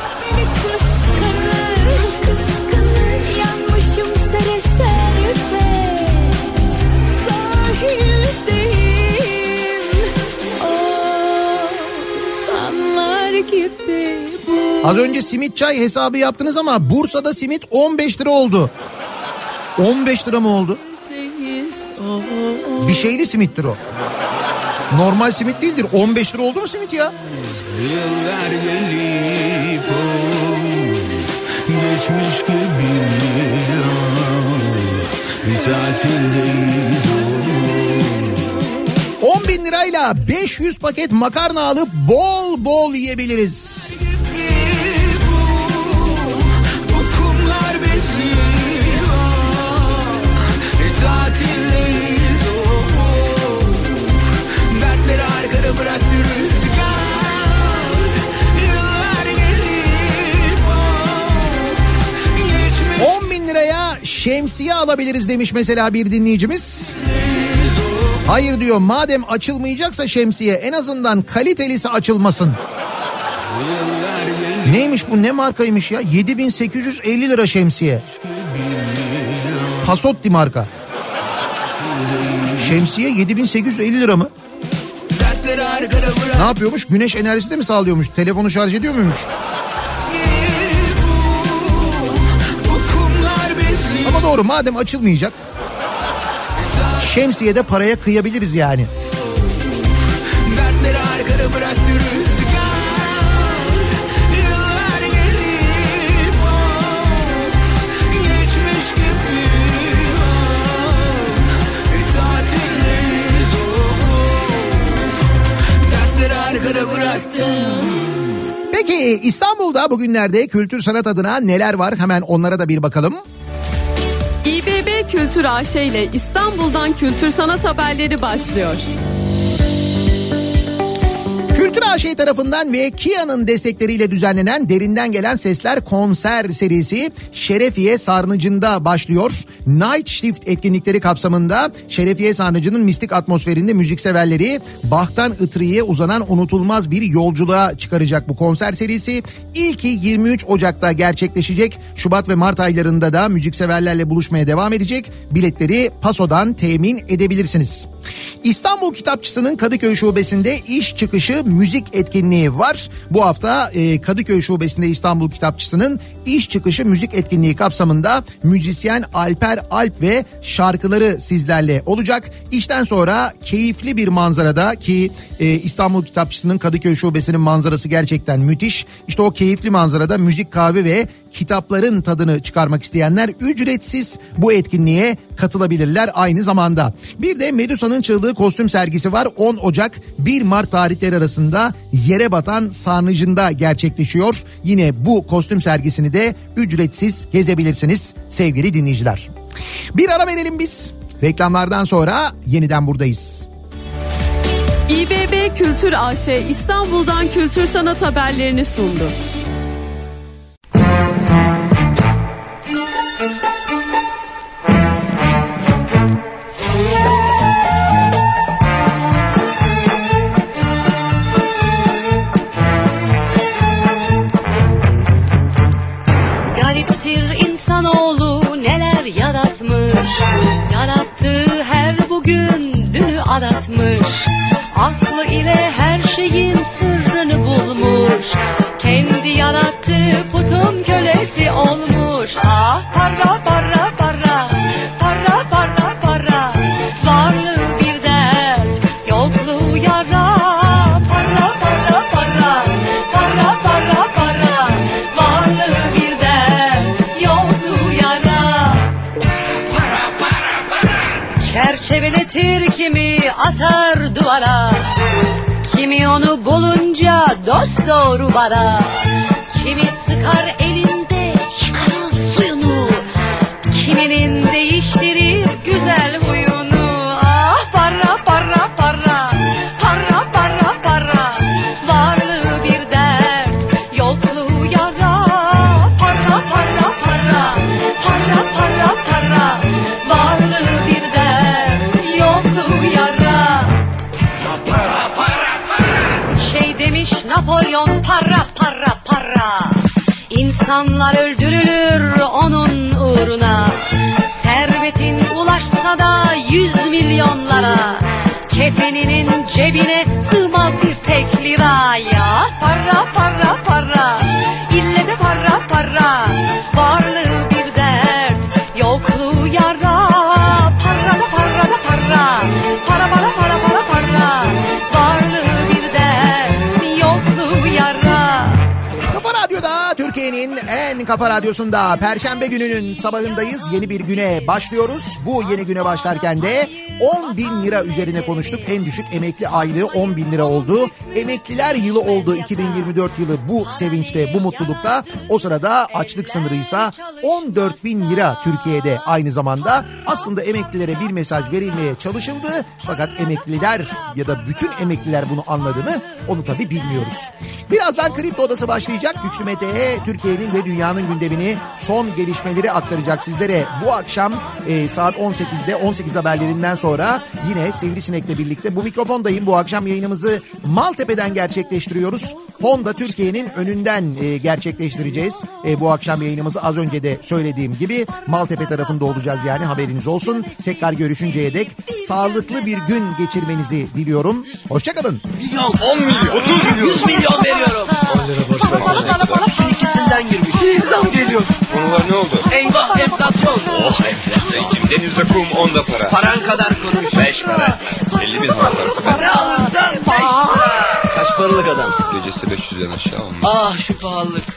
Az önce simit çay hesabı yaptınız ama Bursa'da simit 15 lira oldu. 15 lira mı oldu? Bir şeyli simittir o. Normal simit değildir. 15 lira oldu mu simit ya? Yıllar gelip geçmiş gibi bir tatildeyiz. 10 bin lirayla 500 paket makarna alıp bol bol yiyebiliriz. Dertleri arkada bıraktı rüzgar. Yıllar gelip 10 bin liraya şemsiye alabiliriz demiş mesela bir dinleyicimiz. Hayır diyor, madem açılmayacaksa şemsiye, en azından kalitelisi açılmasın. Neymiş bu, ne markaymış ya? 7850 lira şemsiye. Pasotti marka. Şemsiye 7850 lira mı? Ne yapıyormuş? Güneş enerjisi de mi sağlıyormuş? Telefonu şarj ediyor muymuş? Ama doğru, madem açılmayacak, şemsiyede paraya kıyabiliriz yani. dertleri arkada bıraktı rüzgar. Yıllar gelip geçmiş gibi bir tatildeyiz. Dertleri arkada bıraktım. Peki İstanbul'da bugünlerde kültür sanat adına neler var? Hemen onlara da bir bakalım. İBB Kültür AŞ ile İstanbul'dan kültür sanat haberleri başlıyor. Kültür AŞ tarafından ve Kia'nın destekleriyle düzenlenen Derinden Gelen Sesler konser serisi Şerefiye Sarnıcı'nda başlıyor. Night Shift etkinlikleri kapsamında Şerefiye Sarnıcı'nın mistik atmosferinde müzikseverleri Bach'tan Itri'ye uzanan unutulmaz bir yolculuğa çıkaracak bu konser serisi. İlki 23 Ocak'ta gerçekleşecek. Şubat ve Mart aylarında da müzikseverlerle buluşmaya devam edecek. Biletleri Paso'dan temin edebilirsiniz. İstanbul Kitapçısı'nın Kadıköy Şubesi'nde iş çıkışı müzik etkinliği var. Bu hafta Kadıköy Şubesi'nde İstanbul Kitapçısı'nın iş çıkışı müzik etkinliği kapsamında müzisyen Alper Alp ve şarkıları sizlerle olacak. İşten sonra keyifli bir manzarada ki İstanbul Kitapçısı'nın Kadıköy Şubesi'nin manzarası gerçekten müthiş. İşte o keyifli manzarada müzik, kahve ve kitapların tadını çıkarmak isteyenler ücretsiz bu etkinliğe katılabilirler aynı zamanda. Bir de Medusa'nın çığlığı kostüm sergisi var. 10 Ocak 1 Mart tarihleri arasında Yerebatan Sarnıcı'nda gerçekleşiyor. Yine bu kostüm sergisini de ücretsiz gezebilirsiniz sevgili dinleyiciler. Bir ara verelim biz. Reklamlardan sonra yeniden buradayız. İBB Kültür AŞ İstanbul'dan kültür sanat haberlerini sundu. Gariptir insanoğlu neler yaratmış, yarattığı her bugün dünü aratmış. Aklı ile her şeyin sırrını bulmuş, kendi yarattığı putun kölesi olmuş. Ah para para para, para para para, varlığı bir dert, yokluğu yara. Para para para, para para para, varlığı bir dert, yokluğu yara. Para para para, çerçeveletir kimi asar duvara, kimi onu bulunca dost doğru bara. Kimi sıkar elinde çıkarır suyunu, kiminin değiştirir güzel huyunu. Ah para para para, para para para, varlığı bir dert, yokluğu yara. Para para para, para para para, varlığı bir dert, yokluğu yara. Para para para, şey demiş Napolyon, para para para. İnsanlar öldürülür onun uğruna. Servetin ulaşsa da 100 milyonlara, kefeninin cebine sığmaz bir tek lira. Ya para para para, ille de para para, varlığı bir dert, yokluğu yara. Para da para da para, para para para para para, varlığı bir dert, yokluğu yara. Kafa Radyo'da, Türkiye'nin en kafa radyosunda Perşembe gününün sabahındayız. Yeni bir güne başlıyoruz. Bu yeni güne başlarken de 10 bin lira üzerine konuştuk. En düşük emekli aylığı 10 bin lira oldu. Emekliler yılı oldu 2024 yılı bu sevinçte, bu mutlulukta. O sırada açlık sınırıysa 14 bin lira Türkiye'de aynı zamanda. Aslında emeklilere bir mesaj verilmeye çalışıldı. Fakat emekliler ya da bütün emekliler bunu anladı mı? Onu tabii bilmiyoruz. Birazdan Kripto Odası başlayacak. Güçlü Mete Türkiye'nin ve dünyanın gündemini, son gelişmeleri aktaracak sizlere. Bu akşam saat 18'de 18 haberlerinden sonra yine Sivrisinek'le birlikte bu mikrofondayım. Bu akşam yayınımızı Maltepe'den gerçekleştiriyoruz. Honda Türkiye'nin önünden gerçekleştireceğiz. Bu akşam yayınımızı az önce de söylediğim gibi Maltepe tarafında olacağız, yani haberiniz olsun. Tekrar görüşünceye dek sağlıklı bir gün geçirmenizi diliyorum. Hoşçakalın. Milyon, 10 milyon, 30 milyon, 100 milyon veriyorum. 10 lira boş versene. Bütün ikisinden girmiş. İnsan geliyor. Konular ne oldu? Eyvah, enflasyon. Oh enflasyon içim. Denizde kum, onda para. Paran kadar konuş. 5 para. 50 bin harcarsın. Para alırsan 5 para. Kaç paralık adamsın? Gecesi 500'den aşağı olmaz. Ah şu pahalılık.